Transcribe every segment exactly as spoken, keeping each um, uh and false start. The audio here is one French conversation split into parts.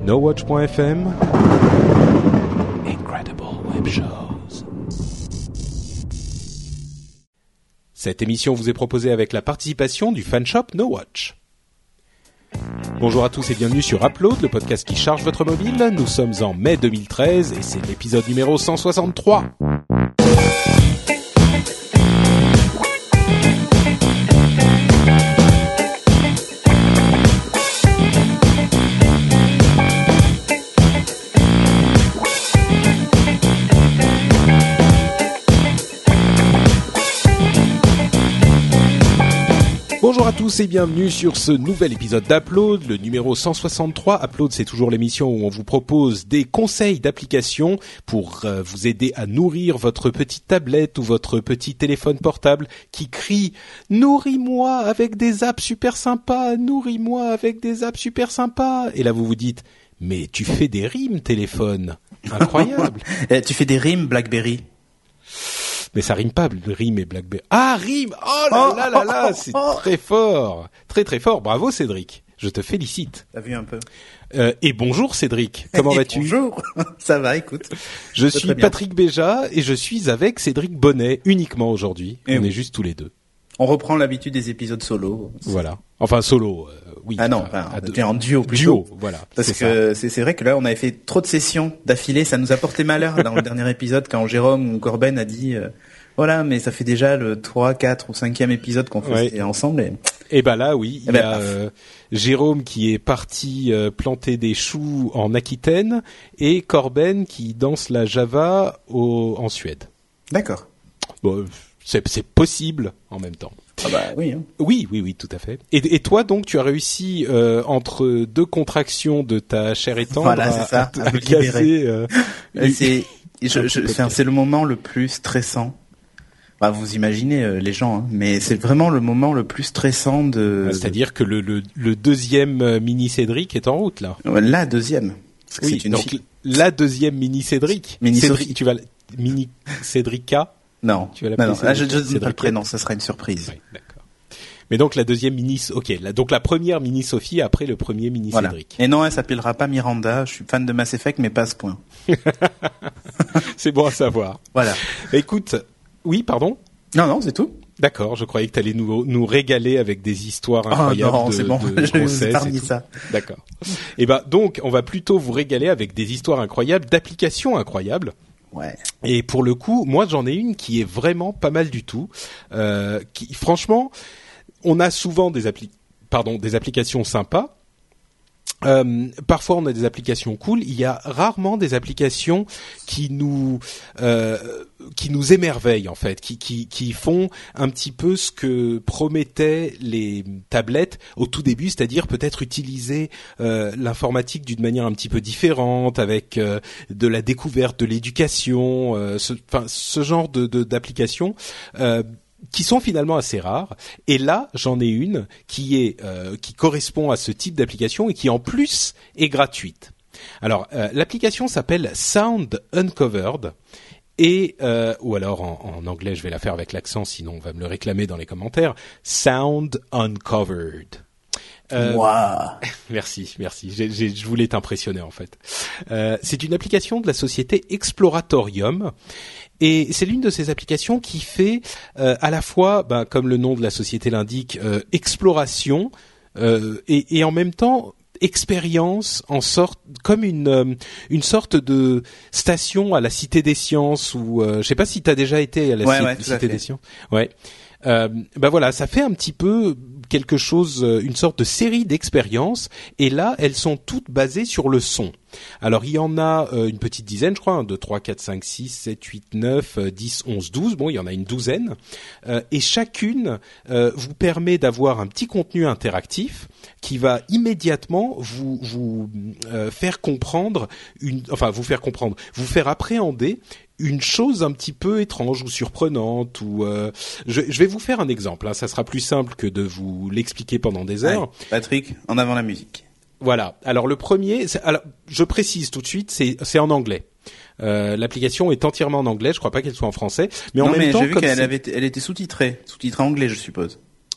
nowatch point f m. Incredible Web Shows. Cette émission vous est proposée avec la participation du fanshop NoWatch. Bonjour à tous et bienvenue sur Upload, le podcast qui charge votre mobile. Nous sommes en mai deux mille treize et c'est l'épisode numéro cent soixante-trois. Bonjour à tous et bienvenue sur ce nouvel épisode d'Upload, le numéro cent soixante-trois. Upload, c'est toujours l'émission où on vous propose des conseils d'applications pour euh, vous aider à nourrir votre petite tablette ou votre petit téléphone portable qui crie « Nourris-moi avec des apps super sympas, nourris-moi avec des apps super sympas !» Et là vous vous dites « Mais tu fais des rimes, téléphone ! Incroyable !» Tu fais des rimes, BlackBerry. Mais ça rime pas, le rime et BlackBerry. Ah, rime! Oh là là là là, c'est très fort! Très très fort. Bravo Cédric. Je te félicite. T'as vu un peu. Euh, et bonjour Cédric. Comment et vas-tu? Bonjour. Ça va, écoute. Je suis Patrick Béja et je suis avec Cédric Bonnet uniquement aujourd'hui. Et On oui. est juste tous les deux. On reprend l'habitude des épisodes solo. Voilà. Enfin solo, euh, oui. Ah non, enfin, à, à deux. En duo plutôt. Duo, voilà. Parce c'est que c'est, c'est vrai que là, on avait fait trop de sessions d'affilée. Ça nous a porté malheur dans le dernier épisode quand Jérôme ou Corben a dit... Euh, Voilà, mais ça fait déjà le trois, quatre ou cinquième épisode qu'on fait ouais. ensemble. Et, et bah là, oui, il ben, y a euh, Jérôme qui est parti euh, planter des choux en Aquitaine et Corben qui danse la Java au, en Suède. D'accord. Bon, c'est, c'est possible en même temps. Ah bah oui. Hein. Oui, oui, oui, tout à fait. Et, et toi, donc, tu as réussi euh, entre deux contractions de ta chair et tendre voilà, c'est ça, à, à, à, à casser. Euh, c'est, je, je, c'est, c'est le moment le plus stressant. Bah, vous imaginez euh, les gens, hein, mais c'est vraiment le moment le plus stressant de. C'est-à-dire que le, le, le deuxième mini Cédric est en route là. La deuxième. Oui, c'est une donc fille. La deuxième mini Cédric. Mini Cédric, tu vas mini Cédrica. Non. Tu vas l'appeler non, non. Là, je ne donne pas le prénom, ça sera une surprise. Oui, d'accord. Mais donc la deuxième mini, ok, la, donc la première mini Sophie après le premier mini voilà. Cédric. Et non, elle s'appellera pas Miranda. Je suis fan de Mass Effect, mais pas à ce point. C'est bon à savoir. Voilà. Écoute. Oui, pardon. Non, non, c'est tout. D'accord, je croyais que tu allais nous, nous régaler avec des histoires incroyables. Oh non, de, c'est bon, de je vais vous épargner ça. D'accord. Et ben donc, on va plutôt vous régaler avec des histoires incroyables, d'applications incroyables. Ouais. Et pour le coup, moi j'en ai une qui est vraiment pas mal du tout. Euh, qui, franchement, on a souvent des appli- pardon, des applications sympas. Euh, parfois on a des applications cool, il y a rarement des applications qui nous euh, qui nous émerveillent en fait, qui qui qui font un petit peu ce que promettaient les tablettes au tout début, c'est-à-dire peut-être utiliser euh, l'informatique d'une manière un petit peu différente, avec euh, de la découverte, de l'éducation, euh, ce, enfin ce genre de, de d'applications. Euh, qui sont finalement assez rares. Et là, j'en ai une qui est euh, qui correspond à ce type d'application et qui en plus est gratuite. Alors, euh, l'application s'appelle Sound Uncovered et euh, ou alors en, en anglais, je vais la faire avec l'accent, sinon on va me le réclamer dans les commentaires. Sound Uncovered. Euh, wow. Merci, merci. J'ai, j'ai, je voulais t'impressionner en fait. Euh, c'est une application de la société Exploratorium. Et c'est l'une de ces applications qui fait euh, à la fois, ben, comme le nom de la société l'indique, euh, exploration euh, et, et en même temps expérience, en sorte comme une euh, une sorte de station à la Cité des Sciences ou euh, je sais pas si t'as déjà été à la ouais, ci- ouais, Cité des Sciences. Ouais. Euh, ben voilà, ça fait un petit peu quelque chose, une sorte de série d'expériences, et là, elles sont toutes basées sur le son. Alors, il y en a euh, une petite dizaine, je crois, un, deux, trois, quatre, cinq, six, sept, huit, neuf, dix, onze, douze, bon, il y en a une douzaine, euh, et chacune euh, vous permet d'avoir un petit contenu interactif qui va immédiatement vous vous euh, faire comprendre, une, enfin, vous faire comprendre, vous faire appréhender une chose un petit peu étrange ou surprenante ou euh, je, je vais vous faire un exemple, hein, ça sera plus simple que de vous l'expliquer pendant des heures. Allez, Patrick, en avant la musique. Voilà. Alors le premier, c'est, alors, je précise tout de suite, c'est, c'est en anglais. Euh, l'application est entièrement en anglais, je crois pas qu'elle soit en français, mais non, en même mais temps, j'ai vu comme qu'elle c'est... avait, elle était sous-titrée, sous-titrée anglais, je suppose.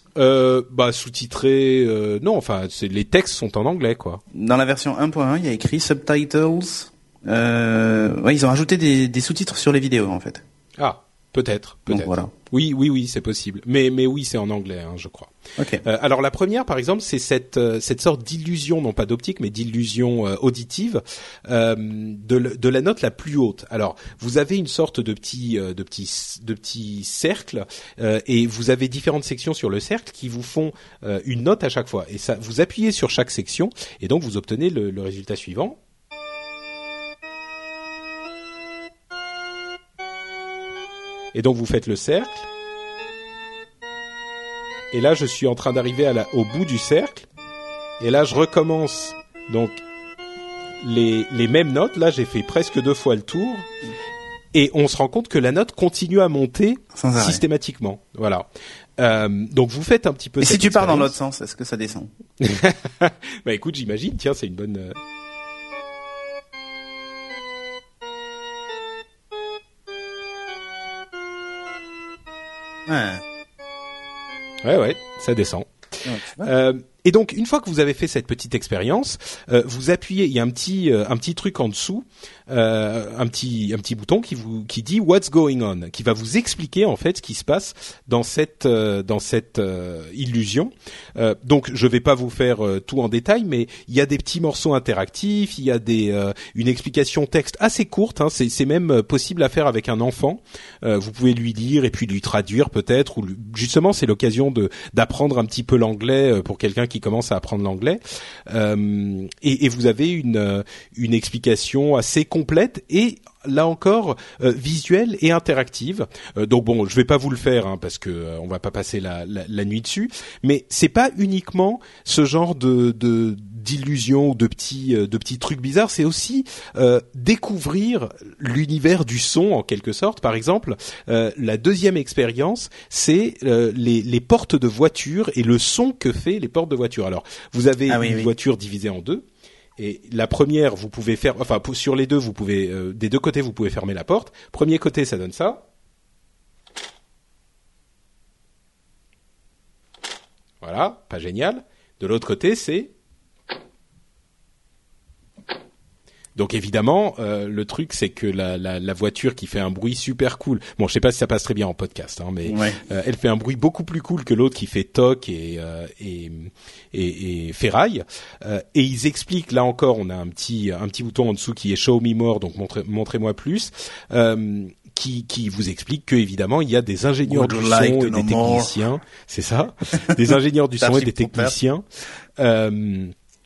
Euh, bah sous-titré, euh, non, enfin, c'est, les textes sont en anglais, quoi. Dans la version un point un, il y a écrit subtitles. Euh, ouais, ils ont rajouté des, des sous-titres sur les vidéos, en fait. Ah, peut-être, peut-être. Donc, voilà. Oui, oui, oui, c'est possible. Mais, mais oui, c'est en anglais, hein, je crois. Okay. Euh, alors la première, par exemple, c'est cette euh, cette sorte d'illusion, non pas d'optique, mais d'illusion euh, auditive euh, de, de la note la plus haute. Alors vous avez une sorte de petit euh, de petit de petit cercle euh, et vous avez différentes sections sur le cercle qui vous font euh, une note à chaque fois. Et ça, vous appuyez sur chaque section et donc vous obtenez le, le résultat suivant. Et donc vous faites le cercle. Et là, je suis en train d'arriver à la, au bout du cercle. Et là, je recommence donc les, les mêmes notes. Là, j'ai fait presque deux fois le tour. Et on se rend compte que la note continue à monter systématiquement. Voilà. Euh, donc vous faites un petit peu. Et cette si tu expérience. pars dans l'autre sens, est-ce que ça descend? Bah écoute, j'imagine. Tiens, c'est une bonne. Euh... Ouais. Ouais, ouais, ça descend. Ouais, euh, et donc, une fois que vous avez fait cette petite expérience, euh, vous appuyez. Il y a un petit, euh, un petit truc en dessous, euh, un petit, un petit bouton qui vous, qui dit What's going on, qui va vous expliquer en fait ce qui se passe dans cette, euh, dans cette euh, illusion. Euh, donc, je vais pas vous faire euh, tout en détail, mais il y a des petits morceaux interactifs, il y a des, euh, une explication texte assez courte. Hein, c'est, c'est même possible à faire avec un enfant. Euh, vous pouvez lui lire et puis lui traduire peut-être, ou lui, justement, c'est l'occasion de d'apprendre un petit peu l'anglais pour quelqu'un qui commence à apprendre l'anglais. Euh, et, et vous avez une une explication assez complète et là encore euh, visuelle et interactive. Euh, donc bon, je vais pas vous le faire hein, parce que euh, on va pas passer la, la, la nuit dessus. Mais c'est pas uniquement ce genre de, de d'illusions ou de petits euh, de petits trucs bizarres. C'est aussi euh, découvrir l'univers du son en quelque sorte. Par exemple, euh, la deuxième expérience, c'est euh, les les portes de voiture et le son que fait les portes de voiture. Alors, vous avez ah, oui, une oui. voiture divisée en deux. Et la première, vous pouvez faire, enfin sur les deux, vous pouvez euh, des deux côtés, vous pouvez fermer la porte. Premier côté, ça donne ça. Voilà, pas génial. De l'autre côté, c'est donc évidemment, euh, le truc c'est que la, la, la voiture qui fait un bruit super cool. Bon, je sais pas si ça passe très bien en podcast, hein, mais ouais. euh, elle fait un bruit beaucoup plus cool que l'autre qui fait toc et euh, et, et, et ferraille. Euh, et ils expliquent là encore, on a un petit un petit bouton en dessous qui est Show Me More, donc montrez, montrez-moi plus. Euh, qui, qui vous explique que évidemment il y a des ingénieurs du like son et des techniciens, more. C'est ça, des ingénieurs du son et des techniciens. Euh,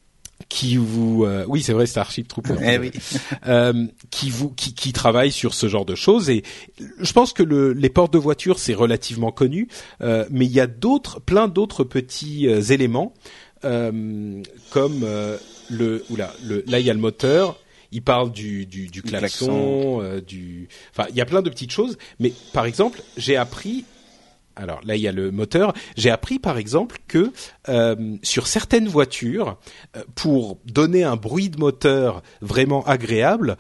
qui vous euh, oui c'est vrai Starship Trooper eh oui. euh, qui vous qui qui travaille sur ce genre de choses et je pense que le les portes de voiture c'est relativement connu euh, mais il y a d'autres plein d'autres petits euh, éléments euh, comme euh, le oula le là il y a le moteur. Il parle du du, du klaxon, klaxon. Euh, du enfin il y a plein de petites choses mais par exemple j'ai appris. Alors là, il y a le moteur. J'ai appris, par exemple, que euh, sur certaines voitures, euh, pour donner un bruit de moteur vraiment agréable,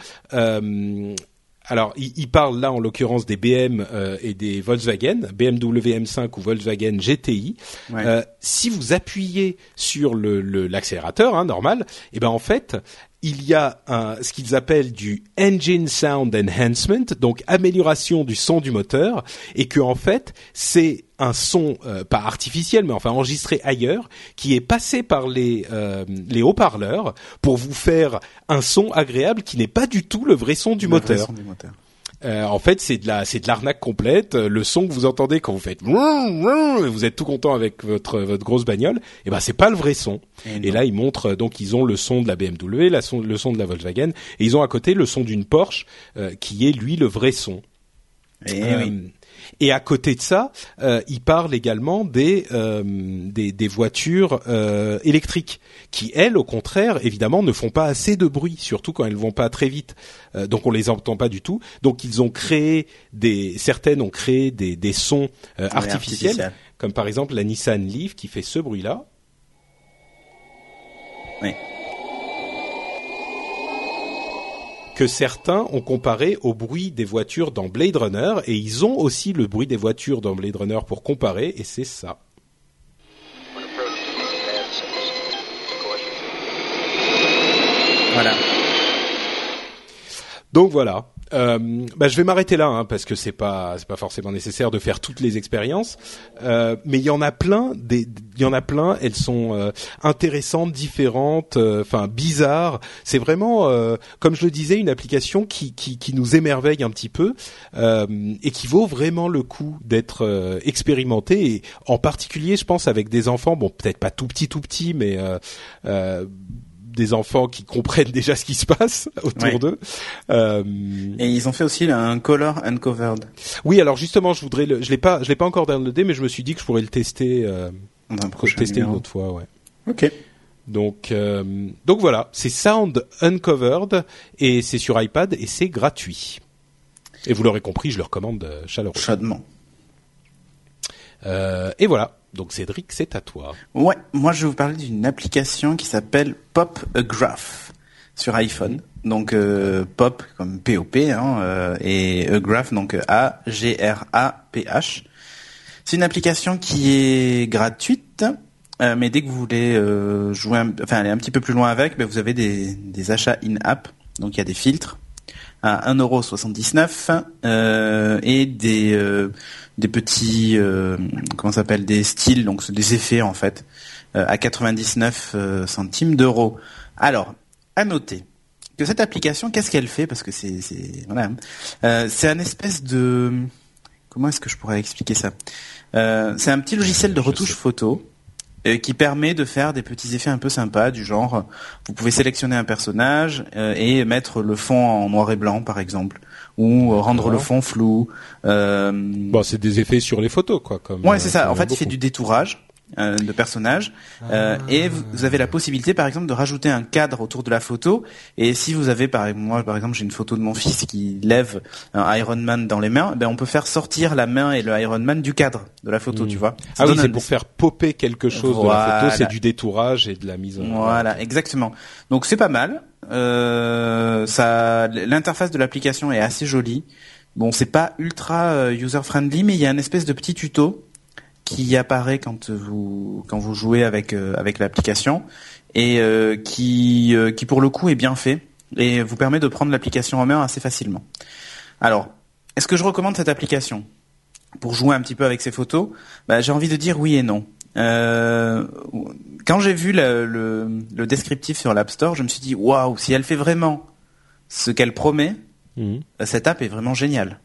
euh, alors il, il parle là en l'occurrence des B M euh, et des Volkswagen, B M W M cinq ou Volkswagen G T I. Ouais. Euh, si vous appuyez sur le, le l'accélérateur, hein, normal, et ben en fait. Il y a un, ce qu'ils appellent du engine sound enhancement, donc amélioration du son du moteur, et que en fait c'est un son euh, pas artificiel, mais enfin enregistré ailleurs, qui est passé par les euh, les haut-parleurs pour vous faire un son agréable qui n'est pas du tout le vrai son du le moteur. Vrai son du moteur. Euh, en fait, c'est de la, c'est de l'arnaque complète. Le son que vous entendez quand vous faites, vous êtes tout content avec votre votre grosse bagnole. Et ben, c'est pas le vrai son. Et, et là, ils montrent donc ils ont le son de la B M W, la son, le son de la Volkswagen, et ils ont à côté le son d'une Porsche euh, qui est lui le vrai son. Et euh, oui. Et à côté de ça, euh, il parle également des euh, des, des voitures euh, électriques qui, elles, au contraire, évidemment, ne font pas assez de bruit, surtout quand elles vont pas très vite. Euh, donc on les entend pas du tout. Donc ils ont créé des certaines ont créé des des sons euh, oui, artificiels, artificiel. Comme par exemple la Nissan Leaf qui fait ce bruit-là. Oui. Que certains ont comparé au bruit des voitures dans Blade Runner, et ils ont aussi le bruit des voitures dans Blade Runner pour comparer, et c'est ça. Voilà. Donc voilà. Euh, bah, je vais m'arrêter là hein, parce que c'est pas c'est pas forcément nécessaire de faire toutes les expériences, euh, mais il y en a plein. Des il y en a plein. Elles sont euh, intéressantes, différentes, enfin euh, bizarres. C'est vraiment, euh, comme je le disais, une application qui qui, qui nous émerveille un petit peu euh, et qui vaut vraiment le coup d'être euh, expérimentée. Et en particulier, je pense avec des enfants, bon peut-être pas tout petits tout petits, mais euh, euh, des enfants qui comprennent déjà ce qui se passe autour ouais. d'eux. Euh... Et ils ont fait aussi un Color Uncovered. Oui, alors justement, je voudrais le, je l'ai pas, je l'ai pas encore downloadé, mais je me suis dit que je pourrais le tester, euh, le tester numéro. Une autre fois, ouais. Ok. Donc, euh, donc voilà, c'est Sound Uncovered et c'est sur iPad et c'est gratuit. Et vous l'aurez compris, je le recommande chaleureusement. Chaudement. Euh, et voilà. Donc Cédric, c'est à toi. Ouais, moi je vais vous parler d'une application qui s'appelle Pop a Graph sur iPhone. Donc euh, Pop comme P O P hein, euh, et a Graph donc A G R A P H. C'est une application qui est gratuite, euh, mais dès que vous voulez euh, jouer, un, enfin aller un petit peu plus loin avec, ben, vous avez des, des achats in-app. Donc il y a des filtres à un euro soixante-dix-neuf euh, et des euh, des petits euh, comment ça s'appelle des styles, donc c'est des effets en fait euh, à quatre-vingt-dix-neuf euh, centimes d'euros. Alors à noter que cette application, qu'est-ce qu'elle fait, parce que c'est c'est voilà euh, c'est un espèce de comment est-ce que je pourrais expliquer ça euh, c'est un petit logiciel de retouche photo euh, qui permet de faire des petits effets un peu sympas, du genre vous pouvez sélectionner un personnage euh, et mettre le fond en noir et blanc par exemple, ou D'accord. rendre le fond flou. Euh... Bon, c'est des effets sur les photos, quoi. Comme, ouais, c'est ça. En fait, beaucoup. Il fait du détourage euh, de personnages euh, ah. et vous avez la possibilité, par exemple, de rajouter un cadre autour de la photo. Et si vous avez, par moi, par exemple, j'ai une photo de mon fils qui lève un Iron Man dans les mains, ben on peut faire sortir la main et le Iron Man du cadre de la photo, mmh. tu vois. Ça ah oui, c'est un... pour faire popper quelque chose voilà. de la photo. C'est du détourage et de la mise en. Voilà, exactement. Donc c'est pas mal. Euh, ça, l'interface de l'application est assez jolie. Bon, c'est pas ultra user friendly, mais il y a un espèce de petit tuto qui apparaît quand vous quand vous jouez avec euh, avec l'application et euh, qui euh, qui pour le coup est bien fait et vous permet de prendre l'application en main assez facilement. Alors, est-ce que je recommande cette application pour jouer un petit peu avec ces photos? Bah, j'ai envie de dire oui et non. Euh, quand j'ai vu le, le, le descriptif sur l'App Store, je me suis dit waouh, si elle fait vraiment ce qu'elle promet, mmh. cette app est vraiment géniale.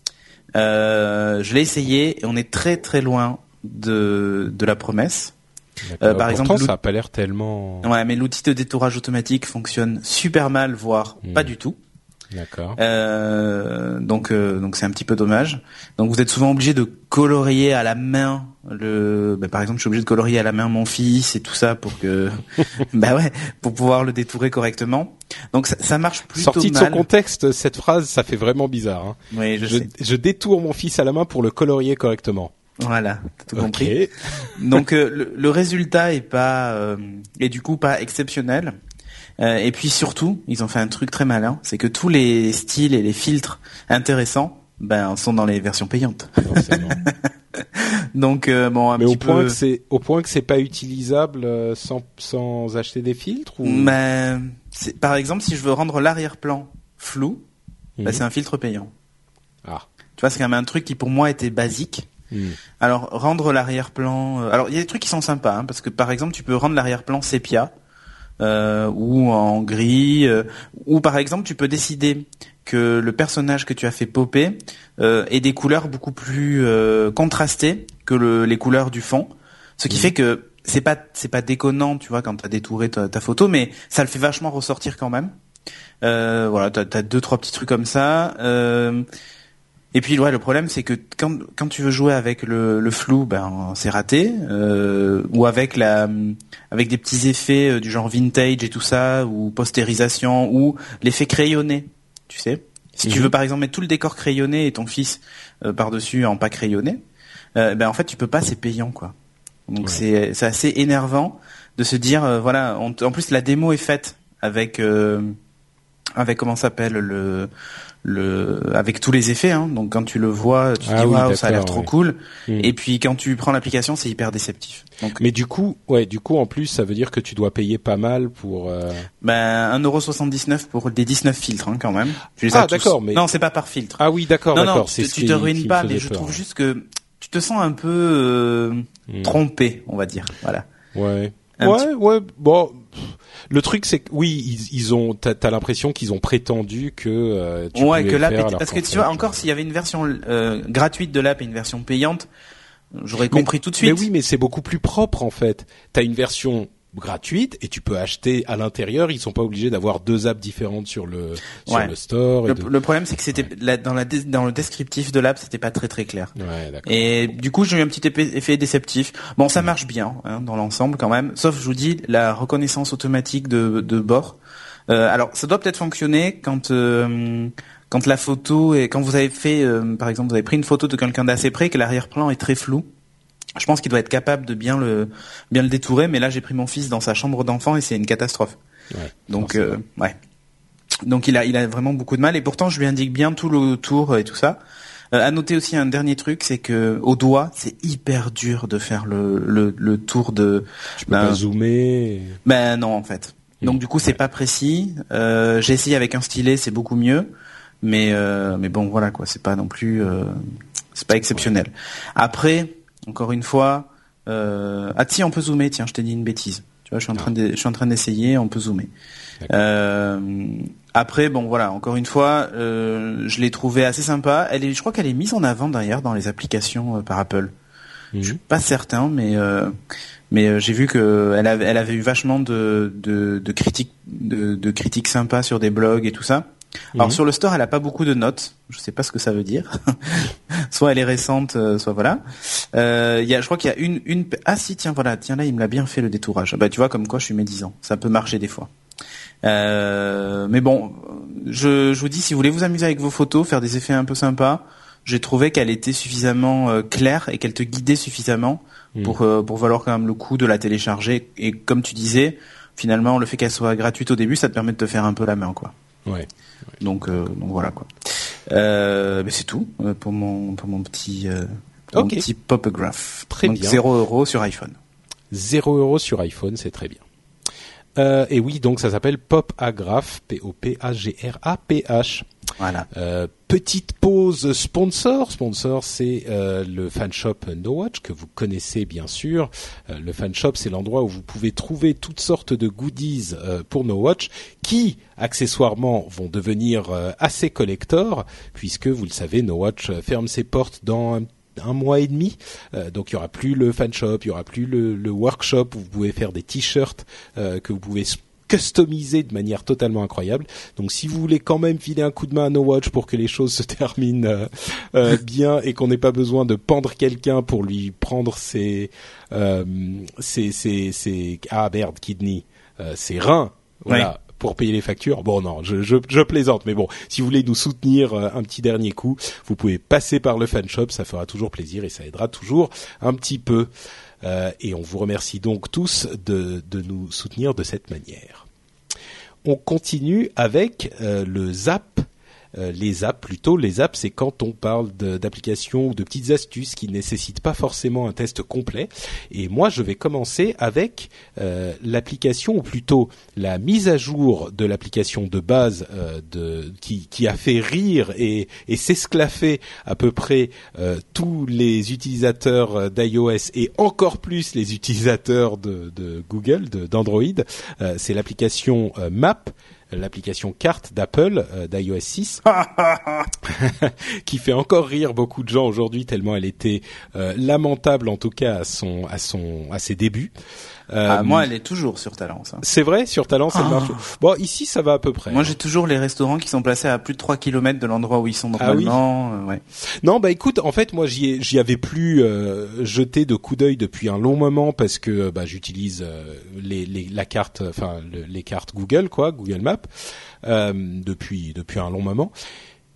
Euh, je l'ai essayé et on est très très loin de de la promesse. Euh, par Pourtant, exemple, ça a pas l'air tellement. Ouais, mais l'outil de détourage automatique fonctionne super mal, voire mmh. pas du tout. D'accord. Euh, donc euh, donc c'est un petit peu dommage. Donc vous êtes souvent obligé de colorier à la main le bah, par exemple, je suis obligé de colorier à la main mon fils et tout ça pour que bah ouais, pour pouvoir le détourer correctement. Donc ça, ça marche plutôt Sorti mal. Sorti de son contexte, cette phrase, ça fait vraiment bizarre hein. Oui, je, je sais. Je détourne mon fils à la main pour le colorier correctement. Voilà, t'as tout okay. compris. Donc euh, le, le résultat est pas euh, est du coup pas exceptionnel. Euh, et puis surtout, ils ont fait un truc très malin, c'est que tous les styles et les filtres intéressants, ben, sont dans les versions payantes. Donc euh, bon, un Mais petit au point peu. que c'est au point que c'est pas utilisable euh, sans sans acheter des filtres ou. Mais c'est, par exemple, si je veux rendre l'arrière-plan flou, mmh. ben, c'est un filtre payant. Ah. Tu vois, c'est quand même un truc qui pour moi était basique. Mmh. Alors rendre l'arrière-plan. Euh, alors il y a des trucs qui sont sympas, hein, parce que par exemple, tu peux rendre l'arrière-plan sépia. Euh, ou en gris, euh, ou par exemple tu peux décider que le personnage que tu as fait popper euh, ait des couleurs beaucoup plus euh, contrastées que le, les couleurs du fond, ce qui mmh. fait que c'est pas c'est pas déconnant, tu vois, quand t'as détouré ta, ta photo, mais ça le fait vachement ressortir quand même. Euh, voilà, t'as, t'as deux trois petits trucs comme ça. Euh, Et puis ouais, le problème c'est que quand quand tu veux jouer avec le, le flou, ben c'est raté, euh, ou avec la avec des petits effets du genre vintage et tout ça, ou postérisation, ou l'effet crayonné, tu sais. Si mmh. tu veux par exemple mettre tout le décor crayonné et ton fils euh, par dessus en pas crayonné, euh, ben en fait tu peux pas, c'est payant quoi. Donc ouais. c'est c'est assez énervant de se dire euh, voilà, on, en plus la démo est faite avec euh, avec comment s'appelle le le avec tous les effets, hein. Donc quand tu le vois, tu te ah dis oui, waouh, ça a l'air ouais. trop cool. Mm. Et puis quand tu prends l'application, c'est hyper déceptif. Donc, mais du coup, ouais, du coup en plus, ça veut dire que tu dois payer pas mal pour. Euh... Ben un euro soixante-dix-neuf pour des dix-neuf filtres, hein, quand même. Tu les ah as tous. d'accord, mais non, c'est pas par filtre. Ah oui, d'accord, non, d'accord. non, c'est tu, ce tu qui, te ruines qui pas, me mais faisait je peur, trouve ouais. juste que tu te sens un peu euh, Mm. trompé, on va dire. Voilà. Ouais. Un ouais, petit... ouais. Bon, le truc c'est que oui, ils, ils ont. T'as, t'as l'impression qu'ils ont prétendu que euh, tu ouais, pouvais que le l'app faire. était... alors parce que qu'en tu fait, vois, encore s'il y avait une version euh, gratuite de l'app et une version payante, j'aurais compris mais, tout de suite. Mais oui, mais c'est beaucoup plus propre en fait. T'as une version gratuite et tu peux acheter à l'intérieur. Ils sont pas obligés d'avoir deux apps différentes sur le sur ouais. le store. Et le, de... le problème c'est que c'était ouais. la, dans la dans le descriptif de l'app, c'était pas très très clair. Ouais, d'accord. Et du coup, j'ai eu un petit effet, effet déceptif. Bon, ça marche bien hein, dans l'ensemble quand même. Sauf, je vous dis, la reconnaissance automatique de, de bord. Euh, alors, ça doit peut-être fonctionner quand euh, quand la photo est quand vous avez fait, euh, par exemple, vous avez pris une photo de quelqu'un d'assez près, que l'arrière-plan est très flou. Je pense qu'il doit être capable de bien le bien le détourer. Mais là, j'ai pris mon fils dans sa chambre d'enfant et c'est une catastrophe. Ouais, Donc, euh, ouais. Donc, il a il a vraiment beaucoup de mal. Et pourtant, je lui indique bien tout le tour et tout ça. Euh, à noter aussi un dernier truc, c'est que au doigt, c'est hyper dur de faire le le, le tour de. Tu peux ben, pas zoomer. Ben non, en fait. Donc mmh. du coup, c'est ouais. pas précis. Euh, j'ai essayé avec un stylet, c'est beaucoup mieux, mais euh, mais bon, voilà quoi, c'est pas non plus, euh, c'est pas exceptionnel. Ouais. Après, encore une fois, euh... ah si, on peut zoomer. Tiens, je t'ai dit une bêtise. Tu vois, je suis en train de, je suis en train d'essayer, on peut zoomer. Euh, après, bon voilà, encore une fois, euh, je l'ai trouvée assez sympa. Elle est, je crois qu'elle est mise en avant d'ailleurs dans les applications euh, par Apple. Mmh. Je suis pas certain, mais euh, mais euh, j'ai vu que elle avait, elle avait eu vachement de de, de critiques de, de critiques sympas sur des blogs et tout ça. Mmh. Alors sur le store, elle a pas beaucoup de notes. Je sais pas ce que ça veut dire. Soit elle est récente, soit voilà. Euh, il y a, je crois qu'il y a une une. Ah si, tiens voilà, tiens là, il me l'a bien fait le détourage. Bah tu vois comme quoi je suis médisant. Ça peut marcher des fois. Euh, mais bon, je, je vous dis, si vous voulez vous amuser avec vos photos, faire des effets un peu sympas, j'ai trouvé qu'elle était suffisamment euh, claire et qu'elle te guidait suffisamment mmh. pour euh, pour valoir quand même le coup de la télécharger. Et comme tu disais, finalement, le fait qu'elle soit gratuite au début, ça te permet de te faire un peu la main, quoi. Ouais. ouais. Donc euh, donc voilà quoi. Euh, mais c'est tout euh, pour mon pour mon petit euh, pour okay. mon petit Popograph. Très donc bien. zéro euro sur iPhone. Zéro euro sur iPhone, c'est très bien. Euh, et oui, donc ça s'appelle Popagraph, P O P A G R A P H. Voilà. Euh, petite pause sponsor. Sponsor, c'est euh, le fanshop NoWatch que vous connaissez bien sûr. Euh, le fanshop, c'est l'endroit où vous pouvez trouver toutes sortes de goodies euh, pour NoWatch qui, accessoirement, vont devenir euh, assez collector puisque, vous le savez, NoWatch ferme ses portes dans un un mois et demi, euh, donc il y aura plus le fan shop, il y aura plus le, le workshop où vous pouvez faire des t-shirts euh, que vous pouvez customiser de manière totalement incroyable. Donc si vous voulez quand même filer un coup de main à NoWatch pour que les choses se terminent euh, euh, bien et qu'on n'ait pas besoin de pendre quelqu'un pour lui prendre ses euh, ses, ses, ses ah merde kidney euh, ses reins, voilà. Ouais. Pour payer les factures. Bon non, je, je, je plaisante, mais bon, si vous voulez nous soutenir euh, un petit dernier coup, vous pouvez passer par le fan shop, ça fera toujours plaisir et ça aidera toujours un petit peu. Euh, et on vous remercie donc tous de, de nous soutenir de cette manière. On continue avec euh, le Zap. Euh, les apps plutôt, les apps c'est quand on parle de, d'applications ou de petites astuces qui nécessitent pas forcément un test complet. Et moi je vais commencer avec euh, l'application ou plutôt la mise à jour de l'application de base euh, de, qui, qui a fait rire et, et s'esclaffer à peu près euh, tous les utilisateurs d'iOS et encore plus les utilisateurs de, de Google, de, d'Android. Euh, c'est l'application euh, Map. L'application carte d'Apple, euh, d'iOS six, qui fait encore rire beaucoup de gens aujourd'hui tellement elle était euh, lamentable en tout cas à son à son à ses débuts. Euh, ah, moi, elle est toujours sur Talence. Hein. C'est vrai, sur Talence, elle ah. marche. Bon, ici, ça va à peu près. Moi, hein. j'ai toujours les restaurants qui sont placés à plus de trois kilomètres de l'endroit où ils sont normalement. Ah oui. euh, ouais. Non, bah écoute, en fait, moi, j'y ai, j'y avais plus euh, jeté de coup d'œil depuis un long moment parce que bah j'utilise euh, les, les la carte, enfin le, les cartes Google, quoi, Google Maps, euh, depuis depuis un long moment.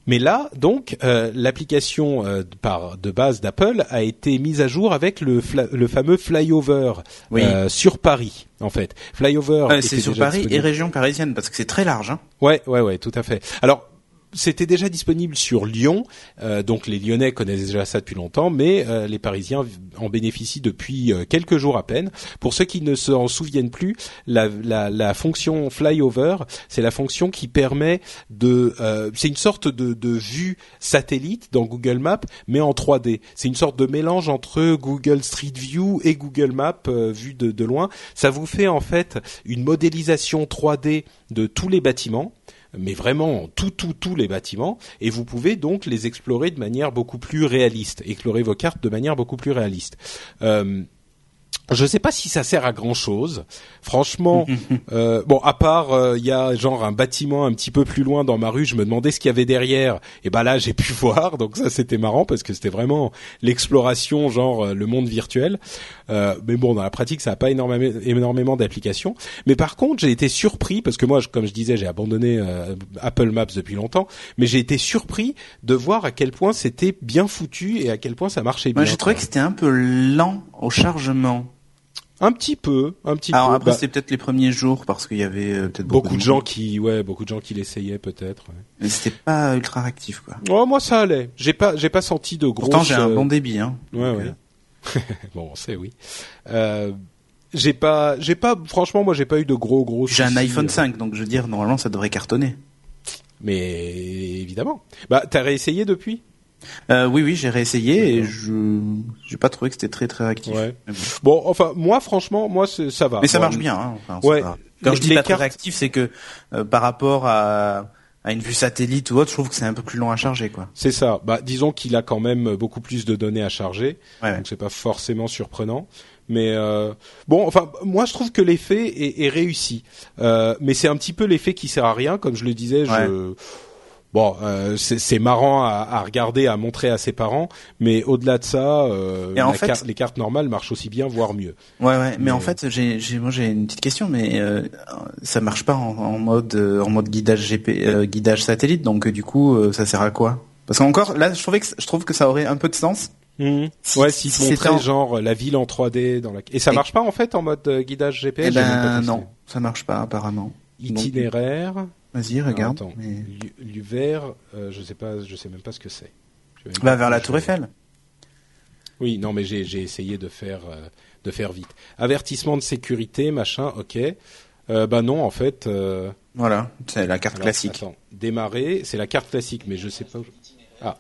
Mais là, donc, euh, l'application euh, par de base d'Apple a été mise à jour avec le fla- le fameux flyover oui. euh, sur Paris, en fait. Flyover. Euh, c'est sur Paris disponible. Et région parisienne parce que c'est très large. Hein. Ouais, ouais, ouais, tout à fait. Alors. C'était déjà disponible sur Lyon, euh, donc les Lyonnais connaissent déjà ça depuis longtemps, mais euh, les Parisiens en bénéficient depuis euh, quelques jours à peine. Pour ceux qui ne s'en souviennent plus, la, la, la fonction flyover, c'est la fonction qui permet de, euh, c'est une sorte de, de vue satellite dans Google Maps, mais en trois D. C'est une sorte de mélange entre Google Street View et Google Maps euh, vu de, de loin. Ça vous fait en fait une modélisation trois D de tous les bâtiments, mais vraiment tout, tout, tous les bâtiments, et vous pouvez donc les explorer de manière beaucoup plus réaliste, explorer vos cartes de manière beaucoup plus réaliste. Euh, je sais pas si ça sert à grand chose. Franchement, euh, bon, à part il euh, y a genre un bâtiment un petit peu plus loin dans ma rue, je me demandais ce qu'il y avait derrière. Et ben là, j'ai pu voir, donc ça c'était marrant parce que c'était vraiment l'exploration, genre euh, le monde virtuel. Euh, mais bon, dans la pratique, ça n'a pas énormément, énormément d'applications. Mais par contre, j'ai été surpris parce que moi, je, comme je disais, j'ai abandonné euh, Apple Maps depuis longtemps, mais j'ai été surpris de voir à quel point c'était bien foutu et à quel point ça marchait bien. Moi, j'ai trouvé que c'était un peu lent au chargement. Un petit peu, un petit Alors peu. après bah, c'était peut-être les premiers jours parce qu'il y avait euh, peut-être beaucoup, beaucoup de gens qui, ouais, beaucoup de gens qui l'essayaient peut-être. Ouais. Mais c'était pas ultra réactif quoi. Oh, moi ça allait. J'ai pas, j'ai pas senti de gros. Pourtant j'ai un bon débit hein. Ouais, donc, ouais. Euh... bon, on sait oui. Euh, j'ai pas, j'ai pas, franchement moi j'ai pas eu de gros gros. J'ai soucis, un iPhone euh... cinq donc je veux dire normalement ça devrait cartonner. Mais évidemment. Bah t'as réessayé depuis? Euh, oui, oui, j'ai réessayé et je j'ai pas trouvé que c'était très très réactif. Ouais. Bon. bon, enfin, moi, franchement, moi, c'est, ça va. Mais ça bon, marche bien. Hein. Enfin, ouais. pas... Quand les, je dis pas cartes... très réactif, c'est que euh, par rapport à à une vue satellite ou autre, je trouve que c'est un peu plus long à charger, quoi. C'est ça. Bah, disons qu'il a quand même beaucoup plus de données à charger, ouais, donc c'est pas forcément surprenant. Mais euh, bon, enfin, moi, je trouve que l'effet est, est réussi. Euh, mais c'est un petit peu l'effet qui sert à rien, comme je le disais. Ouais. Je Bon, euh, c'est, c'est marrant à, à regarder, à montrer à ses parents, mais au-delà de ça, euh, et en la fait, car- les cartes normales marchent aussi bien, voire mieux. Ouais, ouais. Mais, mais en fait, j'ai, j'ai, moi, j'ai une petite question, mais euh, ça marche pas en, en mode, euh, en mode guidage G P, euh, guidage satellite, donc euh, du coup, euh, ça sert à quoi? Parce qu'encore, là, je trouvais que, je trouve que ça aurait un peu de sens. Mmh. Si, ouais, s'ils si te montraient en... genre la ville en trois D dans la... et ça et... marche pas en fait en mode euh, guidage G P S. Eh ben non, ça marche pas apparemment. Itinéraire. Donc... Vas-y, regarde. Alors, attends, mais... l'Uver, euh, je sais pas, je sais même pas ce que c'est. Va vers la Tour Eiffel. Oui, non, mais j'ai j'ai essayé de faire euh, de faire vite. Avertissement de sécurité, machin, ok. Euh, bah non, en fait. Euh... Voilà, c'est la carte Alors, classique. Attends, démarrer, c'est la carte classique, mais je sais pas. Où... Ah.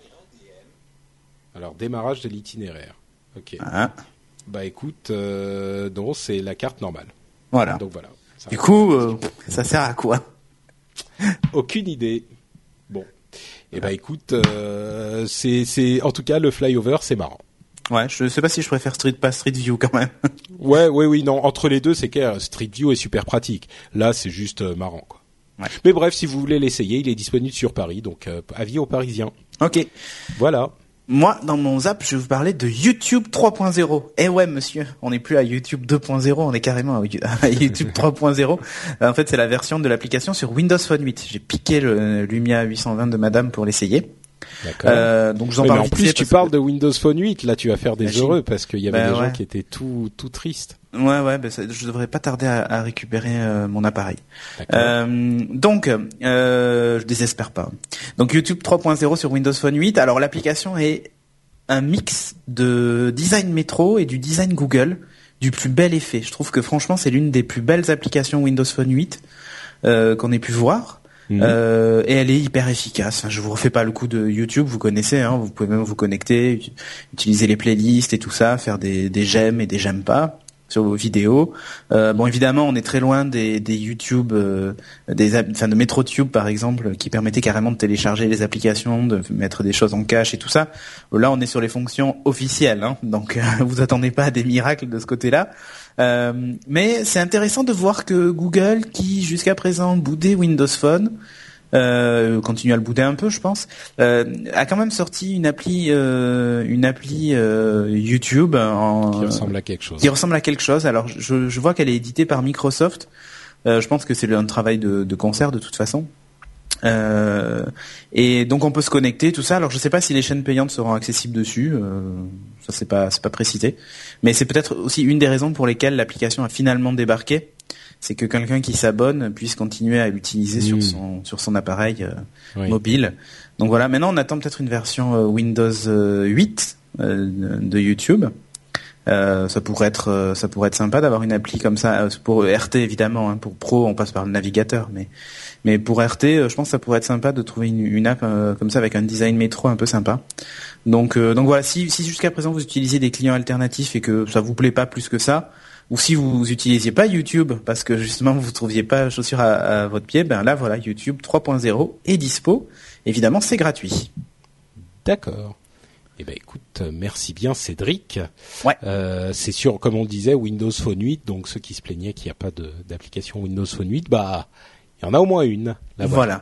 Alors démarrage de l'itinéraire. Ok. Ah. Bah écoute, euh, non, c'est la carte normale. Voilà. Donc voilà. Du coup, euh, ça sert à quoi? Aucune idée. Bon. Eh ben écoute, euh, c'est c'est en tout cas le flyover, c'est marrant. Ouais, je sais pas si je préfère Street Pass, Street View quand même. ouais, ouais, oui, non, entre les deux, c'est clair. Street View est super pratique. Là, c'est juste euh, marrant, quoi. Ouais. Mais bref, si vous voulez l'essayer, il est disponible sur Paris, donc euh, avis aux Parisiens. Ok. Voilà. Moi, dans mon zap, je vais vous parler de YouTube trois point zéro. Eh ouais, monsieur, on n'est plus à YouTube deux point zéro, on est carrément à YouTube trois point zéro. En fait, c'est la version de l'application sur Windows Phone huit. J'ai piqué le Lumia huit cent vingt de madame pour l'essayer. D'accord. Euh, donc je vous en oui, parle mais en vite plus, tu que... parles de Windows Phone huit. Là, tu vas faire des Imagine. heureux parce qu'il y avait bah, des ouais. gens qui étaient tout tout tristes. Ouais, ouais, bah, ça, je devrais pas tarder à, à récupérer euh, mon appareil. Euh, donc, euh, je désespère pas. Donc YouTube trois point zéro sur Windows Phone huit. Alors l'application est un mix de design métro et du design Google, du plus bel effet. Je trouve que franchement, c'est l'une des plus belles applications Windows Phone huit euh, qu'on ait pu voir. Mmh. Euh, et elle est hyper efficace. Enfin, je vous refais pas le coup de YouTube, vous connaissez, hein, vous pouvez même vous connecter, utiliser les playlists et tout ça, faire des, des j'aime et des j'aime pas sur vos vidéos. Euh, bon, évidemment, on est très loin des, des YouTube, euh, des, enfin de MetroTube par exemple, qui permettait carrément de télécharger les applications, de mettre des choses en cache et tout ça. Là, on est sur les fonctions officielles, hein, donc euh, vous attendez pas à des miracles de ce côté-là. Euh, mais c'est intéressant de voir que Google, qui jusqu'à présent boudait Windows Phone, euh, continue à le bouder un peu, je pense, euh, a quand même sorti une appli, euh, une appli euh, YouTube en, qui ressemble à quelque chose. Qui ressemble à quelque chose. Alors, je, je vois qu'elle est éditée par Microsoft. Euh, je pense que c'est un travail de, de concert de toute façon. Euh, et donc on peut se connecter, tout ça. Alors je sais pas si les chaînes payantes seront accessibles dessus, euh, ça c'est pas c'est pas précisé. Mais c'est peut-être aussi une des raisons pour lesquelles l'application a finalement débarqué, c'est que quelqu'un qui s'abonne puisse continuer à l'utiliser mmh. sur son sur son appareil euh, oui. mobile. Donc voilà, maintenant on attend peut-être une version euh, Windows huit euh, de YouTube. Euh, ça pourrait être euh, ça pourrait être sympa d'avoir une appli comme ça euh, pour R T évidemment, hein. Pour Pro on passe par le navigateur, mais mais pour R T, euh, je pense que ça pourrait être sympa de trouver une, une app euh, comme ça avec un design métro un peu sympa. Donc euh, donc voilà, si si jusqu'à présent vous utilisez des clients alternatifs et que ça vous plaît pas plus que ça, ou si vous utilisiez pas YouTube parce que justement vous trouviez pas chaussures à, à votre pied, ben là voilà, YouTube trois point zéro est dispo. Évidemment, c'est gratuit. D'accord. Eh ben écoute, merci bien Cédric. Ouais. Euh, c'est sûr, comme on le disait, Windows Phone huit, donc ceux qui se plaignaient qu'il n'y a pas de, d'application Windows Phone huit, bah il y en a au moins une. Là, voilà.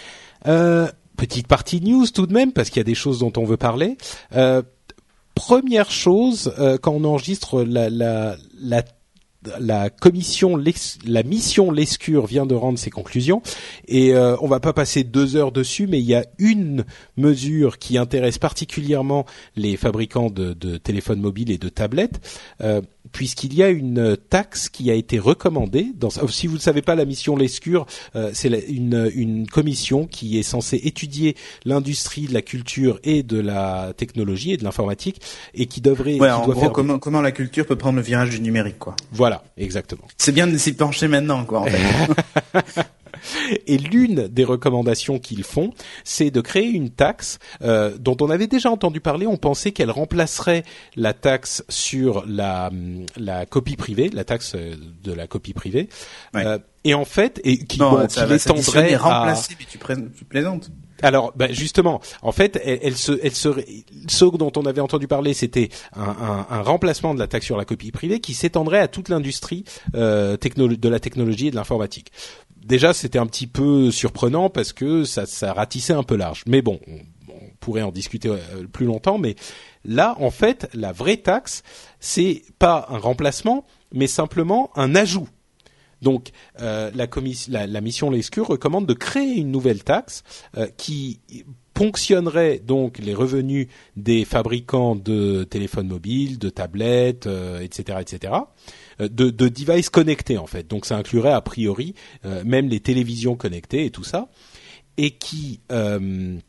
Euh, petite partie news tout de même, parce qu'il y a des choses dont on veut parler. Euh, première chose, euh, quand on enregistre la, la, la la commission, la mission Lescure vient de rendre ses conclusions et euh, on va pas passer deux heures dessus, mais il y a une mesure qui intéresse particulièrement les fabricants de, de téléphones mobiles et de tablettes, euh, puisqu'il y a une taxe qui a été recommandée. Dans, si vous ne savez pas, la mission Lescure, euh, c'est la, une, une commission qui est censée étudier l'industrie de la culture et de la technologie et de l'informatique et qui devrait. Ouais, qui en doit gros, faire... comment comment la culture peut prendre le virage du numérique, quoi. Voilà, exactement. C'est bien de s'y pencher maintenant, quoi. En fait. Et l'une des recommandations qu'ils font, c'est de créer une taxe euh, dont on avait déjà entendu parler. On pensait qu'elle remplacerait la taxe sur la, la copie privée, la taxe de la copie privée. Ouais. Euh, et en fait, et qui, non, bon, ça qui va l'étendrait à... remplacer, mais tu, pré- tu plaisantes. Alors, ben justement, en fait, elle, elle se, elle se, ce dont on avait entendu parler, c'était un, un, un remplacement de la taxe sur la copie privée qui s'étendrait à toute l'industrie euh, techno- de la technologie et de l'informatique. Déjà, c'était un petit peu surprenant parce que ça, ça ratissait un peu large. Mais bon, on, on pourrait en discuter plus longtemps. Mais là, en fait, la vraie taxe, c'est pas un remplacement, mais simplement un ajout. Donc, euh, la, commission, la, la mission Lescure recommande de créer une nouvelle taxe euh, qui ponctionnerait donc les revenus des fabricants de téléphones mobiles, de tablettes, euh, et cetera, et cetera, euh, de, de devices connectés en fait. Donc, ça inclurait a priori euh, même les télévisions connectées et tout ça, et qui euh,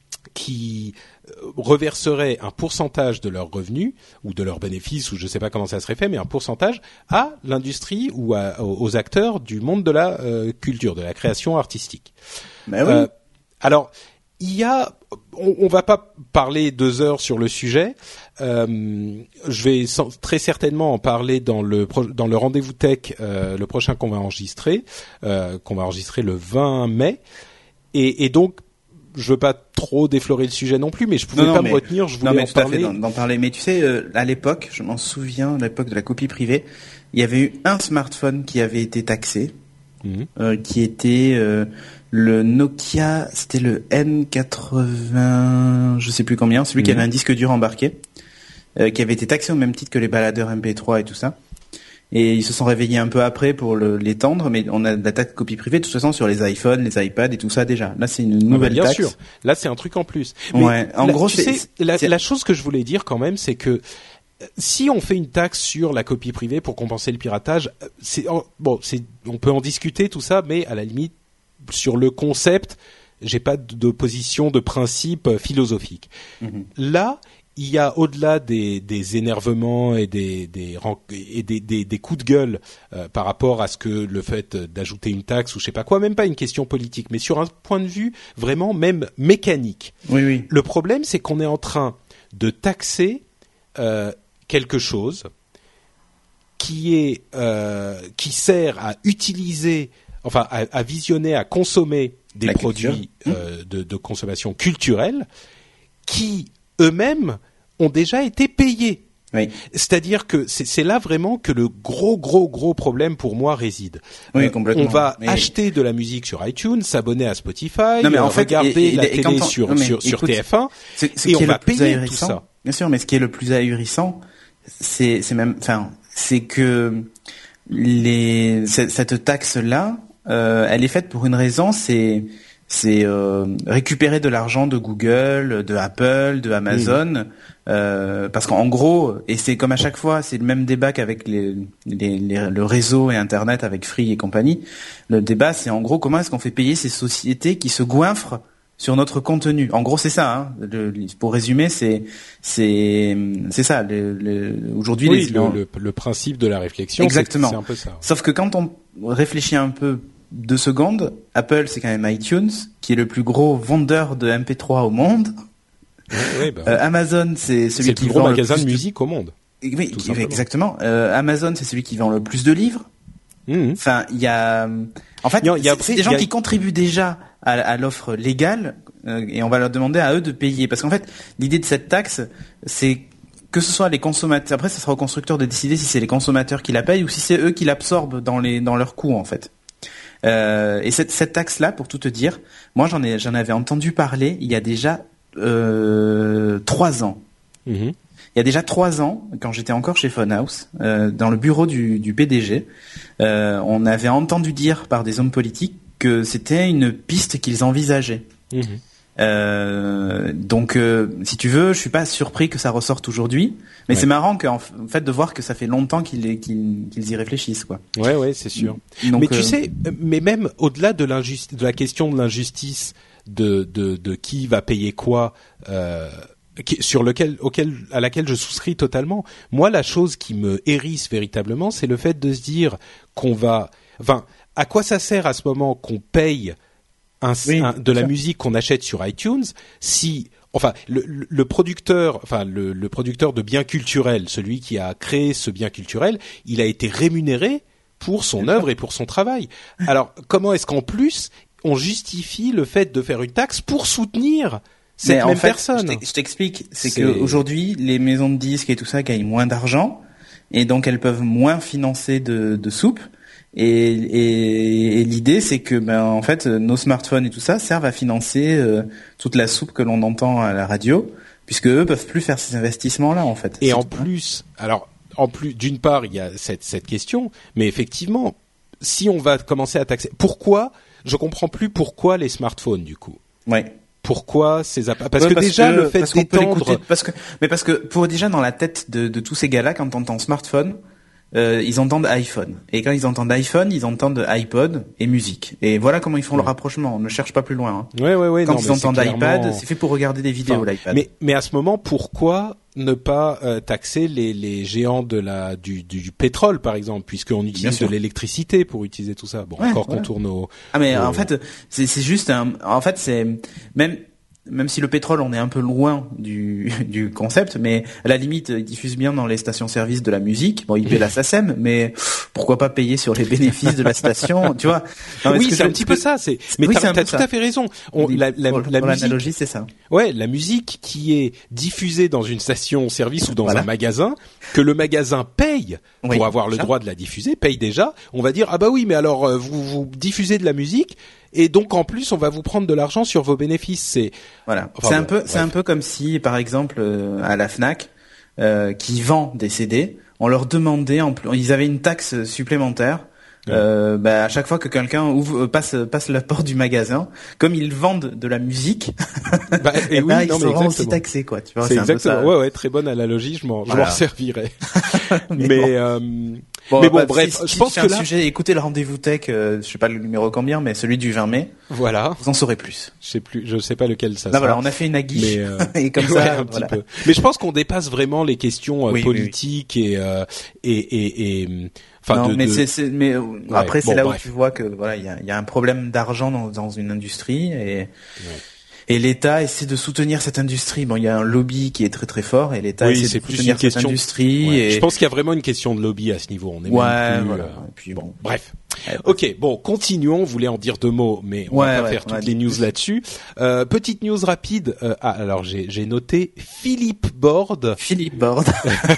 qui reverserait un pourcentage de leurs revenus ou de leurs bénéfices, ou je ne sais pas comment ça serait fait, mais un pourcentage à l'industrie ou à, aux acteurs du monde de la euh, culture, de la création artistique. Ben oui. Euh, alors, il y a, on, on va pas parler deux heures sur le sujet. Euh, je vais sans, très certainement en parler dans le pro, dans le rendez-vous tech, euh, le prochain qu'on va enregistrer, euh, qu'on va enregistrer le vingt mai, et, et donc je veux pas trop déflorer le sujet non plus, mais je pouvais non, non, pas mais, me retenir. Je voulais non, mais en tout parler. À fait d'en, d'en parler. Mais tu sais, euh, à l'époque, je m'en souviens, à l'époque de la copie privée, il y avait eu un smartphone qui avait été taxé, mmh. euh, qui était euh, le Nokia, c'était le N quatre-vingts, je sais plus combien, celui mmh. qui avait un disque dur embarqué, euh, qui avait été taxé au même titre que les baladeurs M P trois et tout ça. Et ils se sont réveillés un peu après pour le, l'étendre, mais on a de la taxe copie privée de toute façon sur les iPhones, les iPads et tout ça déjà. Là, c'est une nouvelle ah bah bien taxe. Bien sûr. Là, c'est un truc en plus. Mais ouais. En la, gros, tu c'est, sais, la, c'est... la chose que je voulais dire quand même, c'est que si on fait une taxe sur la copie privée pour compenser le piratage, c'est bon, c'est on peut en discuter tout ça, mais à la limite sur le concept, j'ai pas de position de principe philosophique. Mm-hmm. Là, il y a au-delà des, des énervements et des, des, et des, des, des coups de gueule euh, par rapport à ce que le fait d'ajouter une taxe ou je sais pas quoi, même pas une question politique, mais sur un point de vue vraiment même mécanique. Oui, oui. Le problème, c'est qu'on est en train de taxer euh, quelque chose qui est euh, qui sert à utiliser, enfin à, à visionner, à consommer des La produits euh, de, de consommation culturelle qui eux-mêmes ont déjà été payés. Oui. C'est-à-dire que c'est, c'est là vraiment que le gros, gros, gros problème pour moi réside. Oui, euh, complètement. On va mais... acheter de la musique sur iTunes, s'abonner à Spotify, non, mais en euh, fait, regarder et, et, la et télé on... sur, non, mais, sur, sur écoute, T F un, c'est, c'est et on qui est va le plus payer ahurissant, tout ça. Bien sûr, mais ce qui est le plus ahurissant, c'est, c'est même, enfin, c'est que les, cette taxe-là, euh, elle est faite pour une raison, c'est c'est euh, récupérer de l'argent de Google, de Apple, de Amazon, mmh. euh, parce qu'en gros, et c'est comme à chaque fois, c'est le même débat qu'avec les, les, les, le réseau et Internet avec Free et compagnie. Le débat, c'est en gros comment est-ce qu'on fait payer ces sociétés qui se goinfrent sur notre contenu. En gros, c'est ça. Hein. Le, pour résumer, c'est c'est c'est ça. Le, le, aujourd'hui, oui, les, le, le, le principe de la réflexion, exactement. C'est, c'est un peu ça. Sauf que quand on réfléchit un peu deux secondes, Apple, c'est quand même iTunes, qui est le plus gros vendeur de M P trois au monde. Ouais, ouais, bah, euh, Amazon, c'est celui c'est qui le plus vend gros magasin le plus de musique de... au monde. Oui, qui, exactement. Euh, Amazon, c'est celui qui vend le plus de livres. Mmh. Enfin, il y a, en fait, il y a, il y a, c'est des gens a... qui contribuent déjà à, à l'offre légale, euh, et on va leur demander à eux de payer, parce qu'en fait, l'idée de cette taxe, c'est que ce soit les consommateurs. Après, ça sera aux constructeurs de décider si c'est les consommateurs qui la payent ou si c'est eux qui l'absorbent dans les dans leurs coûts, en fait. Euh, et cette, cette taxe-là, pour tout te dire, moi j'en ai, j'en avais entendu parler il y a déjà euh, trois ans. Mmh. Il y a déjà trois ans, quand j'étais encore chez Funhouse, euh, dans le bureau du, du P D G, euh, on avait entendu dire par des hommes politiques que c'était une piste qu'ils envisageaient. Mmh. Euh, donc, euh, si tu veux, je suis pas surpris que ça ressorte aujourd'hui, mais ouais. c'est marrant qu'en fait de voir que ça fait longtemps qu'ils, qu'ils, qu'ils y réfléchissent, quoi. Ouais, ouais, c'est sûr. Donc, mais tu euh... sais, mais même au-delà de l'injustice, de la question de l'injustice, de de, de qui va payer quoi, euh, qui, sur lequel, auquel, à laquelle je souscris totalement. Moi, la chose qui me hérisse véritablement, c'est le fait de se dire qu'on va, enfin, à quoi ça sert à ce moment qu'on paye Un, oui, un, de la sûr. musique qu'on achète sur iTunes, si, enfin, le, le producteur, enfin, le, le producteur de biens culturels, celui qui a créé ce bien culturel, il a été rémunéré pour son œuvre et pour son travail. Alors, comment est-ce qu'en plus, on justifie le fait de faire une taxe pour soutenir cette Mais même en fait, personne? Je t'explique, c'est, c'est qu'aujourd'hui, les maisons de disques et tout ça gagnent moins d'argent, et donc elles peuvent moins financer de, de soupe. Et, et, et l'idée, c'est que, ben, en fait, nos smartphones et tout ça servent à financer euh, toute la soupe que l'on entend à la radio, puisque eux peuvent plus faire ces investissements-là, en fait. Et c'est en tout, plus, hein. alors, en plus, d'une part, il y a cette, cette question, mais effectivement, si on va commencer à taxer, pourquoi, je comprends plus pourquoi les smartphones, du coup. Ouais. Pourquoi ces appareils? Parce ouais, que parce déjà, que, le fait d'étendre, parce que, mais parce que pour déjà dans la tête de, de tous ces gars-là, quand on entend smartphone, Euh, ils entendent iPhone. Et quand ils entendent iPhone, ils entendent iPod et musique. Et voilà comment ils font ouais. le rapprochement. On ne cherche pas plus loin. Hein. Ouais, ouais, ouais. Quand non, ils entendent clairement... iPad, c'est fait pour regarder des vidéos, enfin, l'iPad. Mais, mais à ce moment, pourquoi ne pas euh, taxer les, les géants de la du, du, du pétrole, par exemple, puisqu'on utilise de l'électricité pour utiliser tout ça. Bon, ouais, encore ouais. qu'on tourne au. Ah mais au... en fait, c'est, c'est juste un. En fait, c'est même. Même si le pétrole, on est un peu loin du, du concept, mais à la limite, il diffuse bien dans les stations-service de la musique. Bon, il paie la SACEM, mais pourquoi pas payer sur les bénéfices de la station, tu vois? Non, oui, c'est je, un petit peu ça. C'est, mais oui, t'as, t'as tout ça. à fait raison. On, la, la, pour, la pour musique, l'analogie, c'est ça. Ouais, la musique qui est diffusée dans une station-service ou dans voilà. un magasin, que le magasin paye oui, pour avoir le déjà. droit de la diffuser, paye déjà. On va dire ah bah oui, mais alors vous vous diffusez de la musique. Et donc en plus on va vous prendre de l'argent sur vos bénéfices. C'est voilà. Enfin, c'est bon, un peu, bref. c'est un peu comme si par exemple euh, à la Fnac, euh, qui vend des C D, on leur demandait, en plus, ils avaient une taxe supplémentaire. Ouais. Euh, bah, à chaque fois que quelqu'un ouvre, passe passe la porte du magasin, comme ils vendent de la musique, bah, et, et oui, bah, non, ils seront aussi taxés, quoi. Tu vois, c'est, c'est exactement. Un peu ça. Ouais, ouais, très bonne analogie. Je m'en, voilà. je m'en servirai. mais mais, bon. Euh, Bon, mais bon, bah, bref, si, si, je pense si que un là, sujet, écoutez le rendez-vous tech, euh, je sais pas le numéro combien, mais celui du vingt mai. Voilà. Vous en saurez plus. Je sais plus, je sais pas lequel ça Là, sera. voilà, on a fait une aguiche. Mais euh... et comme ouais, ça, un voilà. petit peu. Mais je pense qu'on dépasse vraiment les questions euh, oui, politiques oui, oui. et, euh, et, et, et, enfin, non, de, mais de... c'est, c'est, mais ouais, après, c'est bon, là bref. où tu vois que, voilà, il y a, il y a un problème d'argent dans, dans une industrie et, ouais. Et l'État essaie de soutenir cette industrie. Bon, il y a un lobby qui est très très fort et l'État oui, essaie c'est de soutenir cette industrie. Ouais. Et... Je pense qu'il y a vraiment une question de lobby à ce niveau. On est ouais, même plus, voilà. euh... Et puis bon, bref. Ouais, ok, bon, continuons. On voulait en dire deux mots, mais on ouais, va pas ouais, faire toutes ouais, les news plus. là-dessus. Euh, petite news rapide. Euh, ah, alors j'ai, j'ai noté Philippe Borde. Philippe Borde.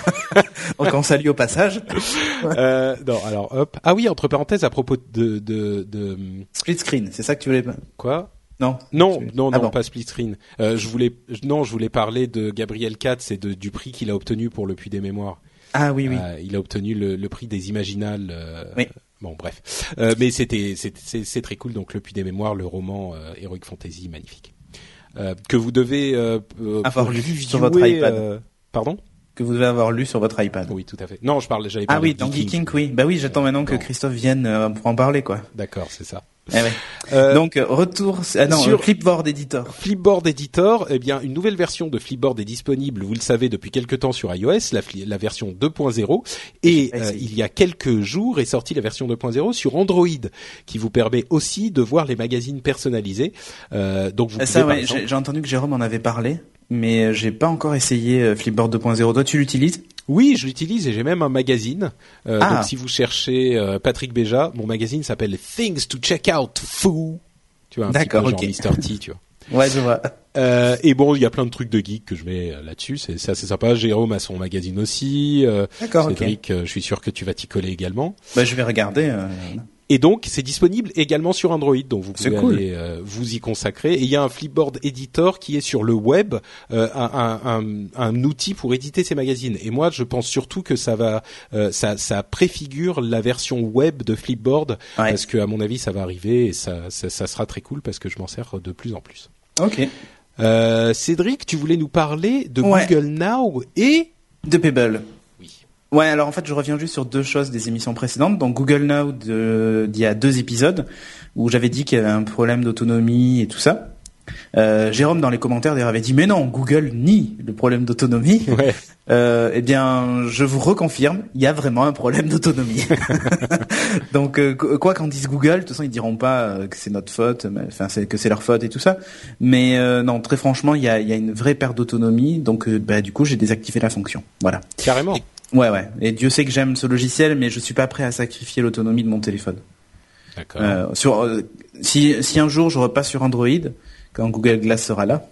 Donc on salue au passage. euh, non, alors hop. Ah oui, entre parenthèses, à propos de de, de... split screen, c'est ça que tu voulais pas? Quoi? Non, non, non, ah non, bon. pas split screen. Euh, je voulais, non, je voulais parler de Gabriel Katz et de, du prix qu'il a obtenu pour le Puits des Mémoires. Ah oui, oui. Euh, il a obtenu le, le prix des Imaginales. Euh, oui. Bon, bref. Euh, mais c'était, c'est, c'est, c'est très cool. Donc, Le Puits des Mémoires, le roman euh, Heroic Fantasy, magnifique. Euh, que vous devez euh, avoir lu sur votre iPad. Euh, pardon? Que vous devez avoir lu sur votre iPad. Oui, tout à fait. Non, je parle, j'avais Ah parlé oui, de dans Geeking. Geeking, oui. Bah oui, j'attends maintenant que Non. Christophe vienne euh, pour en parler, quoi. D'accord, c'est ça. Eh ouais. Euh, Donc euh, retour ah non sur euh, Flipboard Editor. Flipboard Editor, eh bien une nouvelle version de Flipboard est disponible, vous le savez depuis quelque temps sur iOS, la, la version deux point zéro, et euh, il y a quelques jours est sortie la version deux point zéro sur Android, qui vous permet aussi de voir les magazines personnalisés. Euh, donc vous pouvez, ça, par ouais, exemple... j'ai, j'ai entendu que Jérôme en avait parlé, mais j'ai pas encore essayé euh, Flipboard deux point zéro. Toi, tu l'utilises? Oui, je l'utilise et j'ai même un magazine. Euh, ah. Donc si vous cherchez euh, Patrick Béja, mon magazine s'appelle Things to Check Out, fou. Tu vois, un D'accord, petit peu ok. genre mister T, tu vois. Ouais, je vois. Euh, et bon, il y a plein de trucs de geek que je mets euh, là-dessus. C'est, c'est assez sympa. Jérôme a son magazine aussi. Euh, D'accord, Cédric, ok. euh, je suis sûr que tu vas t'y coller également. Bah, je vais regarder. Euh... Et donc, c'est disponible également sur Android, donc vous pouvez cool. aller euh, vous y consacrer. Et il y a un Flipboard Editor qui est sur le web, euh, un, un, un, un outil pour éditer ces magazines. Et moi, je pense surtout que ça va, euh, ça, ça préfigure la version web de Flipboard, ouais. parce que à mon avis, ça va arriver et ça, ça, ça sera très cool parce que je m'en sers de plus en plus. Ok. Euh, Cédric, tu voulais nous parler de ouais. Google Now et de Pebble. Oui. Ouais, alors en fait, je reviens juste sur deux choses des émissions précédentes. Donc Google Now, de, d'il y a deux épisodes, où j'avais dit qu'il y avait un problème d'autonomie et tout ça. Euh, Jérôme, dans les commentaires, d'ailleurs, avait dit « Mais non, Google nie le problème d'autonomie. Ouais. » Euh, eh bien, je vous reconfirme, il y a vraiment un problème d'autonomie. Donc, euh, quoi qu'en dise Google, de toute façon, ils diront pas euh, que c'est notre faute, mais, enfin, c'est, que c'est leur faute et tout ça. Mais euh, non, très franchement, il y a, il y a une vraie perte d'autonomie. Donc, euh, bah, du coup, j'ai désactivé la fonction. Voilà. Carrément. Et, ouais, ouais. Et Dieu sait que j'aime ce logiciel, mais je suis pas prêt à sacrifier l'autonomie de mon téléphone. D'accord. Euh, sur, euh, si, si un jour je repasse sur Android, quand Google Glass sera là,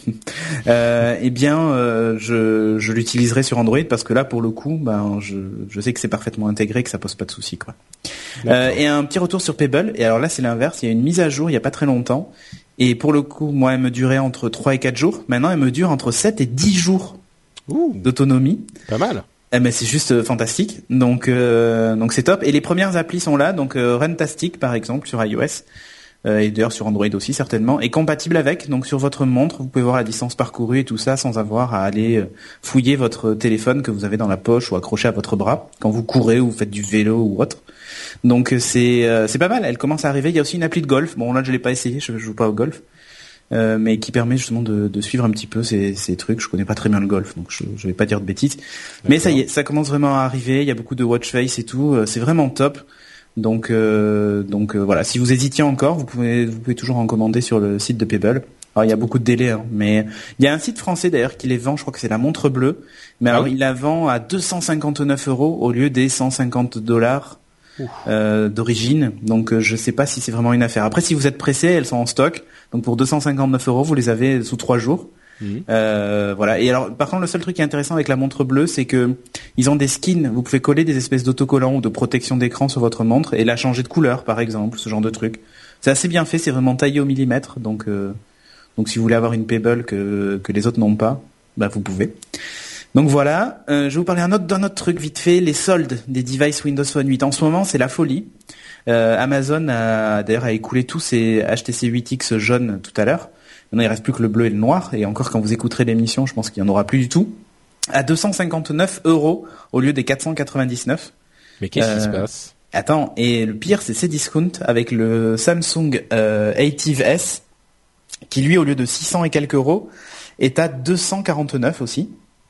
euh, eh bien, euh, je, je l'utiliserai sur Android parce que là, pour le coup, ben, je, je sais que c'est parfaitement intégré, que ça pose pas de soucis, quoi. Euh, et un petit retour sur Pebble. Et alors là, c'est l'inverse. Il y a une mise à jour il y a pas très longtemps. Et pour le coup, moi, elle me durait entre trois et quatre jours. Maintenant, elle me dure entre sept et dix jours Ouh, d'autonomie. Pas mal. Eh ben, c'est juste euh, fantastique. Donc, euh, donc c'est top. Et les premières applis sont là. Donc, euh, Runtastic, par exemple, sur iOS. Euh, et d'ailleurs sur Android aussi certainement, est compatible avec. Donc sur votre montre, vous pouvez voir la distance parcourue et tout ça sans avoir à aller fouiller votre téléphone que vous avez dans la poche ou accroché à votre bras quand vous courez ou vous faites du vélo ou autre. Donc c'est euh, c'est pas mal. Elle commence à arriver. Il y a aussi une appli de golf. Bon là je l'ai pas essayé, je joue pas au golf, euh, mais qui permet justement de, de suivre un petit peu ces, ces trucs. Je connais pas très bien le golf, donc je, je vais pas dire de bêtises. D'accord. Mais ça y est, ça commence vraiment à arriver. Il y a beaucoup de watch face et tout. C'est vraiment top. Donc, euh, donc euh, voilà. Si vous hésitiez encore, vous pouvez, vous pouvez toujours en commander sur le site de Pebble. Alors il y a beaucoup de délais, hein, mais il y a un site français d'ailleurs qui les vend. Je crois que c'est la Montre Bleue. Mais alors ah oui. il la vend à deux cent cinquante-neuf euros au lieu des cent cinquante dollars euh, d'origine. Donc euh, je sais pas si c'est vraiment une affaire. Après, si vous êtes pressé, elles sont en stock. Donc pour deux cent cinquante-neuf euros, vous les avez sous trois jours. Mmh. Euh, voilà. Et alors, par contre, le seul truc qui est intéressant avec la montre bleue, c'est que ils ont des skins. Vous pouvez coller des espèces d'autocollants ou de protection d'écran sur votre montre et la changer de couleur, par exemple, ce genre de truc. C'est assez bien fait. C'est vraiment taillé au millimètre. Donc, euh, donc, si vous voulez avoir une Pebble que que les autres n'ont pas, bah vous pouvez. Donc voilà. Euh, je vais vous parler un autre d'un autre truc vite fait. Les soldes des devices Windows Phone huit. En ce moment, c'est la folie. Euh, Amazon a d'ailleurs a écoulé tous ses H T C huit X jaunes tout à l'heure. Maintenant, il reste plus que le bleu et le noir. Et encore, quand vous écouterez l'émission, je pense qu'il n'y en aura plus du tout. À deux cent cinquante-neuf euros au lieu des quatre cent quatre-vingt-dix-neuf. Mais qu'est-ce euh, qui se passe? Attends, et le pire, c'est Cdiscount avec le Samsung euh, Active S, qui lui, au lieu de six cents et quelques euros, est à deux cent quarante-neuf aussi.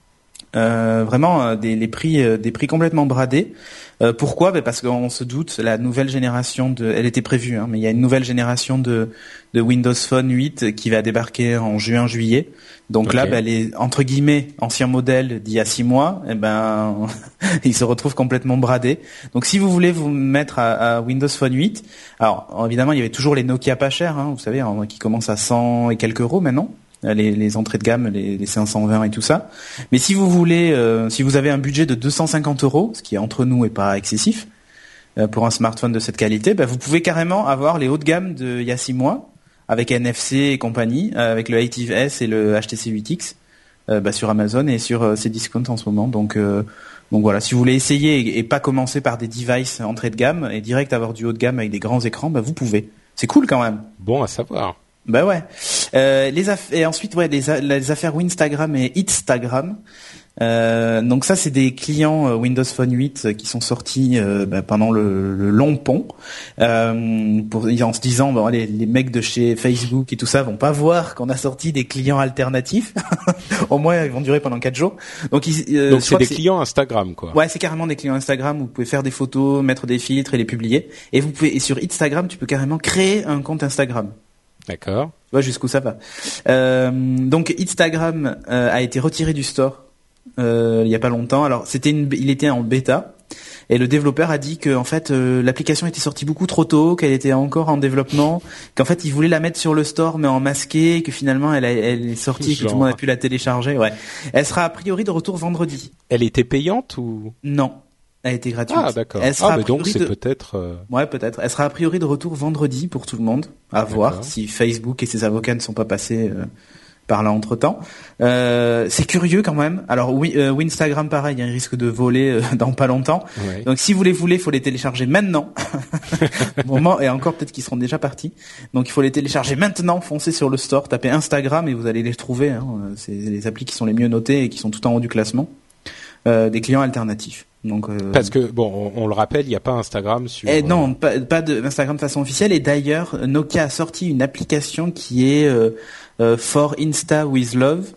Euh, vraiment euh, des les prix euh, des prix complètement bradés. Euh, pourquoi? Ben parce qu'on se doute, la nouvelle génération de, elle était prévue, hein, mais il y a une nouvelle génération de de Windows Phone huit qui va débarquer en juin-juillet. Donc okay. Là, ben, les entre guillemets anciens modèles d'il y a six mois, eh ben ils se retrouvent complètement bradés. Donc si vous voulez vous mettre à, à Windows Phone huit, alors évidemment il y avait toujours les Nokia pas chers, hein, vous savez, hein, qui commencent à cent et quelques euros maintenant. Les, les entrées de gamme, les, les cinq cent vingt et tout ça. Mais si vous voulez, euh, si vous avez un budget de deux cent cinquante euros, ce qui entre nous est pas excessif euh, pour un smartphone de cette qualité, bah, vous pouvez carrément avoir les hauts de gamme de il y a six mois avec N F C et compagnie, euh, avec le Active S et le H T C huit X euh, bah, sur Amazon et sur euh, Cdiscount en ce moment. Donc, euh, Donc voilà, si vous voulez essayer et, et pas commencer par des devices entrée de gamme et direct avoir du haut de gamme avec des grands écrans, bah vous pouvez. C'est cool quand même. Bon à savoir. Bah ouais. Euh, les aff- et ensuite ouais les, a- les affaires Winstagram et Instagram. Euh, donc ça c'est des clients euh, Windows Phone huit euh, qui sont sortis euh, bah, pendant le, le long pont euh, pour, en se disant bon les, les mecs de chez Facebook et tout ça vont pas voir qu'on a sorti des clients alternatifs. Au moins ils vont durer pendant quatre jours. Donc, ils, euh, donc c'est des c'est... clients Instagram quoi. Ouais c'est carrément des clients Instagram où vous pouvez faire des photos, mettre des filtres et les publier. Et vous pouvez et sur Instagram tu peux carrément créer un compte Instagram. D'accord. Tu vois jusqu'où ça va. Euh, donc Instagram euh, a été retiré du store. Euh, il y a pas longtemps. Alors c'était une, il était en bêta et le développeur a dit que en fait euh, l'application était sortie beaucoup trop tôt, qu'elle était encore en développement, qu'en fait il voulait la mettre sur le store mais en masqué, que finalement elle, a, elle est sortie et que tout le monde a pu la télécharger. Ouais. Elle sera a priori de retour vendredi. Elle était payante ou non? Elle était gratuite. Ah d'accord. Elle sera ah mais donc c'est de... peut-être. Euh... Ouais peut-être. Elle sera a priori de retour vendredi pour tout le monde. À d'accord. voir si Facebook et ses avocats ne sont pas passés. Euh... par là entre temps. Euh, c'est curieux quand même. Alors oui, euh, Winstagram pareil, il risque de voler euh, dans pas longtemps. Ouais. Donc si vous les voulez, il faut les télécharger maintenant. Moment et encore peut-être qu'ils seront déjà partis. Donc il faut les télécharger maintenant, foncez sur le store, tapez Instagram et vous allez les trouver. Hein. C'est les applis qui sont les mieux notées et qui sont tout en haut du classement. Euh, des clients alternatifs. Donc euh... parce que bon, on, on le rappelle, il n'y a pas Instagram sur. Et non, pas, pas de Instagram de façon officielle. Et d'ailleurs, Nokia a sorti une application qui est euh, euh, For Insta with Love.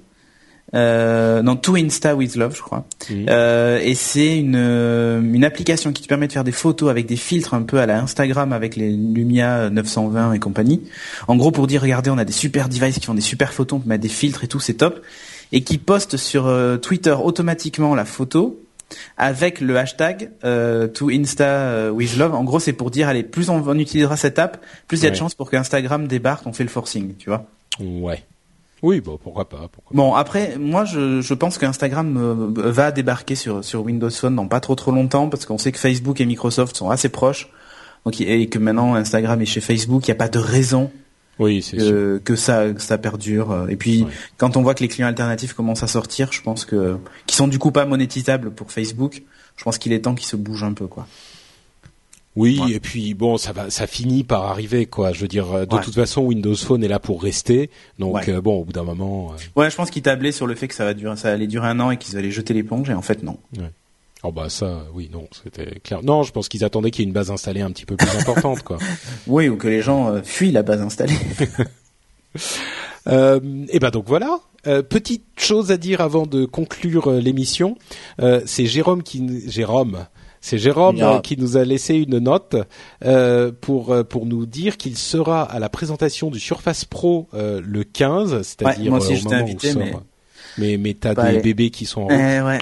Euh, non, To Insta with Love, je crois. Mmh. Euh, et c'est une une application qui te permet de faire des photos avec des filtres un peu à la Instagram avec les Lumia neuf cent vingt et compagnie. En gros, pour dire, regardez, on a des super devices qui font des super photos, on peut mettre des filtres et tout, c'est top. Et qui poste sur euh, Twitter automatiquement la photo avec le hashtag euh, To Insta euh, with Love. En gros, c'est pour dire, allez, plus on, on utilisera cette app, plus il y a ouais. de chances pour qu'Instagram débarque, on fait le forcing, tu vois. Ouais. Oui, bon, pourquoi pas. Pourquoi bon, pas. Après, moi, je, je pense qu'Instagram euh, va débarquer sur, sur Windows Phone dans pas trop trop longtemps, parce qu'on sait que Facebook et Microsoft sont assez proches, donc et que maintenant Instagram est chez Facebook, il n'y a pas de raison. Oui, c'est que, sûr. que ça que ça perdure. Et puis ouais. quand on voit que les clients alternatifs commencent à sortir, je pense que qui sont du coup pas monétisables pour Facebook, je pense qu'il est temps qu'ils se bougent un peu quoi. Oui, ouais. Et puis bon, ça va ça finit par arriver quoi. Je veux dire de ouais. toute façon Windows Phone est là pour rester. Donc ouais. euh, bon, au bout d'un moment euh... Ouais, je pense qu'ils tablaient sur le fait que ça va durer ça allait durer un an et qu'ils allaient jeter l'éponge et en fait non. Ouais. Oh bah ça, oui, non, c'était clair. Non, je pense qu'ils attendaient qu'il y ait une base installée un petit peu plus importante, quoi. Oui, ou que les gens euh, fuient la base installée. euh, et ben donc voilà. Euh, petite chose à dire avant de conclure euh, l'émission. Euh, c'est Jérôme qui, Jérôme, c'est Jérôme euh, qui nous a laissé une note euh, pour euh, pour nous dire qu'il sera à la présentation du Surface Pro euh, le quinze, c'est-à-dire ouais, moi aussi, euh, au j'étais moment invité, où sort. Mais mais mais t'as bah, des bébés qui sont en route. Eh, ouais.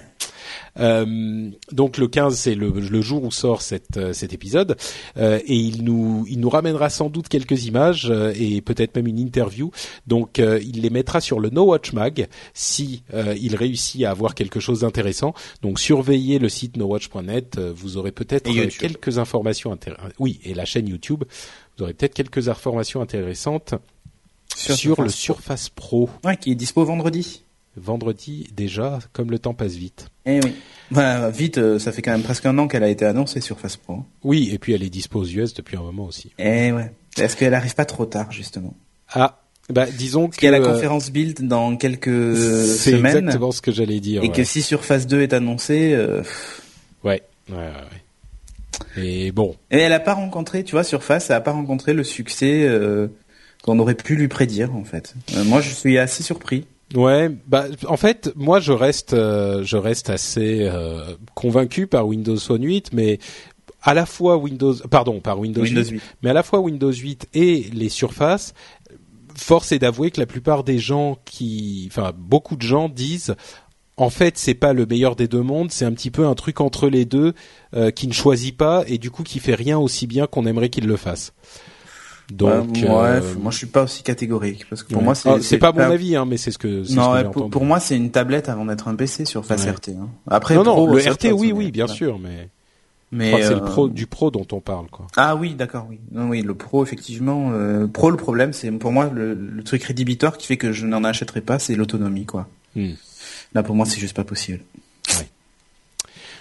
Euh, donc le quinze c'est le, le jour où sort cette, euh, cet épisode euh, et il nous il nous ramènera sans doute quelques images euh, et peut-être même une interview. Donc euh, il les mettra sur le No Watch Mag si euh, il réussit à avoir quelque chose d'intéressant. Donc surveillez le site no watch point net, euh, vous aurez peut-être euh, quelques informations intéressantes. Oui, et la chaîne YouTube, vous aurez peut-être quelques informations intéressantes sur, sur le Surface Pro. Ouais, qui est dispo vendredi. Vendredi déjà, comme le temps passe vite. Eh oui. Bah, vite, euh, ça fait quand même presque un an qu'elle a été annoncée Surface Pro. Oui, et puis elle est dispo aux U S depuis un moment aussi. Eh ouais. Est-ce qu'elle arrive pas trop tard, justement? Ah, bah disons Parce que... qu'il y a la conférence Build dans quelques c'est semaines. C'est exactement ce que j'allais dire. Et ouais. que si Surface deux est annoncée... Euh... Ouais, ouais, ouais, ouais. Et bon. Et elle a pas rencontré, tu vois, Surface, elle a pas rencontré le succès euh, qu'on aurait pu lui prédire, en fait. Euh, moi, je suis assez surpris. Ouais, bah en fait, moi je reste, euh, je reste assez euh, convaincu par Windows Phone huit, mais à la fois Windows, pardon, par Windows, Windows huit, huit, mais à la fois Windows huit et les Surface. Force est d'avouer que la plupart des gens qui, enfin beaucoup de gens disent, en fait, c'est pas le meilleur des deux mondes, c'est un petit peu un truc entre les deux euh, qui ne choisit pas et du coup qui fait rien aussi bien qu'on aimerait qu'il le fasse. Donc, ouais, ouais, euh... moi je suis pas aussi catégorique parce que pour ouais. moi c'est ah, c'est, c'est pas mon ta... avis hein, mais c'est ce que c'est non ce que ouais, j'ai pour, pour moi c'est une tablette avant d'être un P C sur Face ouais. R T hein. Après non pro, non le R T passe, oui mais... oui bien ouais. sûr mais mais je crois que euh... c'est le pro du pro dont on parle quoi. Ah oui d'accord oui non oui le pro effectivement euh, pro le problème c'est pour moi le, le truc rédhibitoire qui fait que je n'en achèterai pas c'est l'autonomie quoi. Hmm. Là pour moi c'est juste pas possible. Ouais.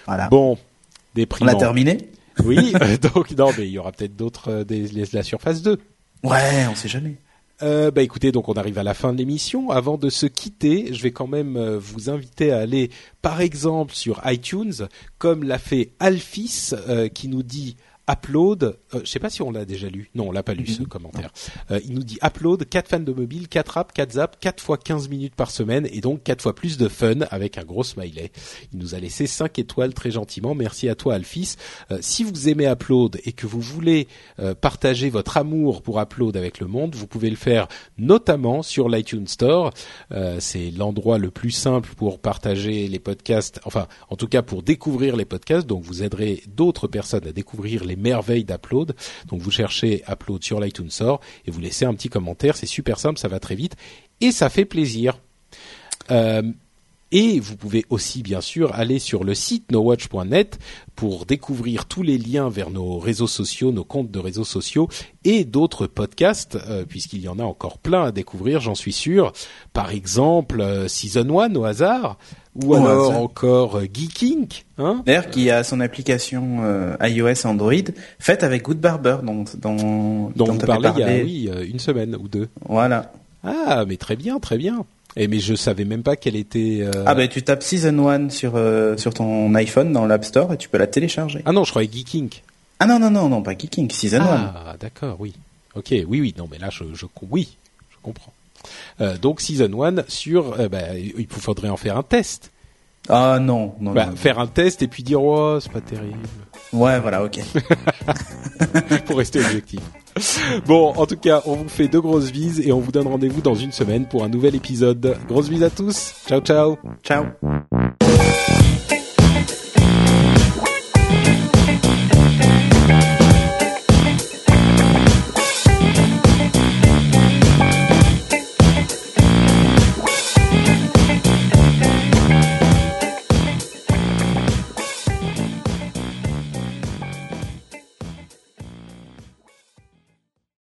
Voilà. Bon, On déprimant. a terminé? Oui, donc non, mais il y aura peut-être d'autres euh, des, les- la Surface deux. Ouais, on sait jamais. Euh, bah écoutez, donc on arrive à la fin de l'émission. Avant de se quitter, je vais quand même euh, vous inviter à aller, par exemple, sur iTunes, comme l'a fait Alphys, euh, qui nous dit Upload. Euh, je sais pas si on l'a déjà lu. Non, on l'a pas lu ce commentaire. Euh, il nous dit Upload, quatre fans de mobile, quatre apps, quatre zaps, quatre fois quinze minutes par semaine et donc quatre fois plus de fun avec un gros smiley. Il nous a laissé cinq étoiles très gentiment. Merci à toi Alphys. Euh, si vous aimez Upload et que vous voulez euh, partager votre amour pour Upload avec le monde, vous pouvez le faire notamment sur l'iTunes Store. Euh, c'est l'endroit le plus simple pour partager les podcasts, enfin en tout cas pour découvrir les podcasts. Donc vous aiderez d'autres personnes à découvrir les merveilles d'Upload. Donc vous cherchez Upload sur l'iTunes Store et vous laissez un petit commentaire. C'est super simple, ça va très vite et ça fait plaisir. Euh, Et vous pouvez aussi, bien sûr, aller sur le site nowatch point net pour découvrir tous les liens vers nos réseaux sociaux, nos comptes de réseaux sociaux et d'autres podcasts, euh, puisqu'il y en a encore plein à découvrir, j'en suis sûr. Par exemple, euh, Season un au hasard, ou Au alors hasard. encore euh, Geeking, hein. D'ailleurs, qui a son application euh, iOS et Android faite avec Good Barber, dont dont, dont vous t'avais parlez il y a, parlé. oui, euh, une semaine ou deux. Voilà. Ah, mais très bien, très bien. Et mais je savais même pas qu'elle était... euh... Ah ben tu tapes Season un sur euh, sur ton iPhone dans l'App Store et tu peux la télécharger. Ah non, je croyais Geeking. Ah non non non non pas Geeking, Season un. Ah, d'accord, oui. Ok, oui, oui, non, mais là, je, je, oui, je comprends. Euh, donc, Season un sur, euh, bah, il vous faudrait en faire un test. Ah non non, Bah, non. faire un test et puis dire, oh, c'est pas terrible. Ouais voilà ok. Pour rester objectif. Bon, en tout cas, on vous fait de grosses bises et on vous donne rendez-vous dans une semaine pour un nouvel épisode. Grosses bises à tous. Ciao, ciao. Ciao.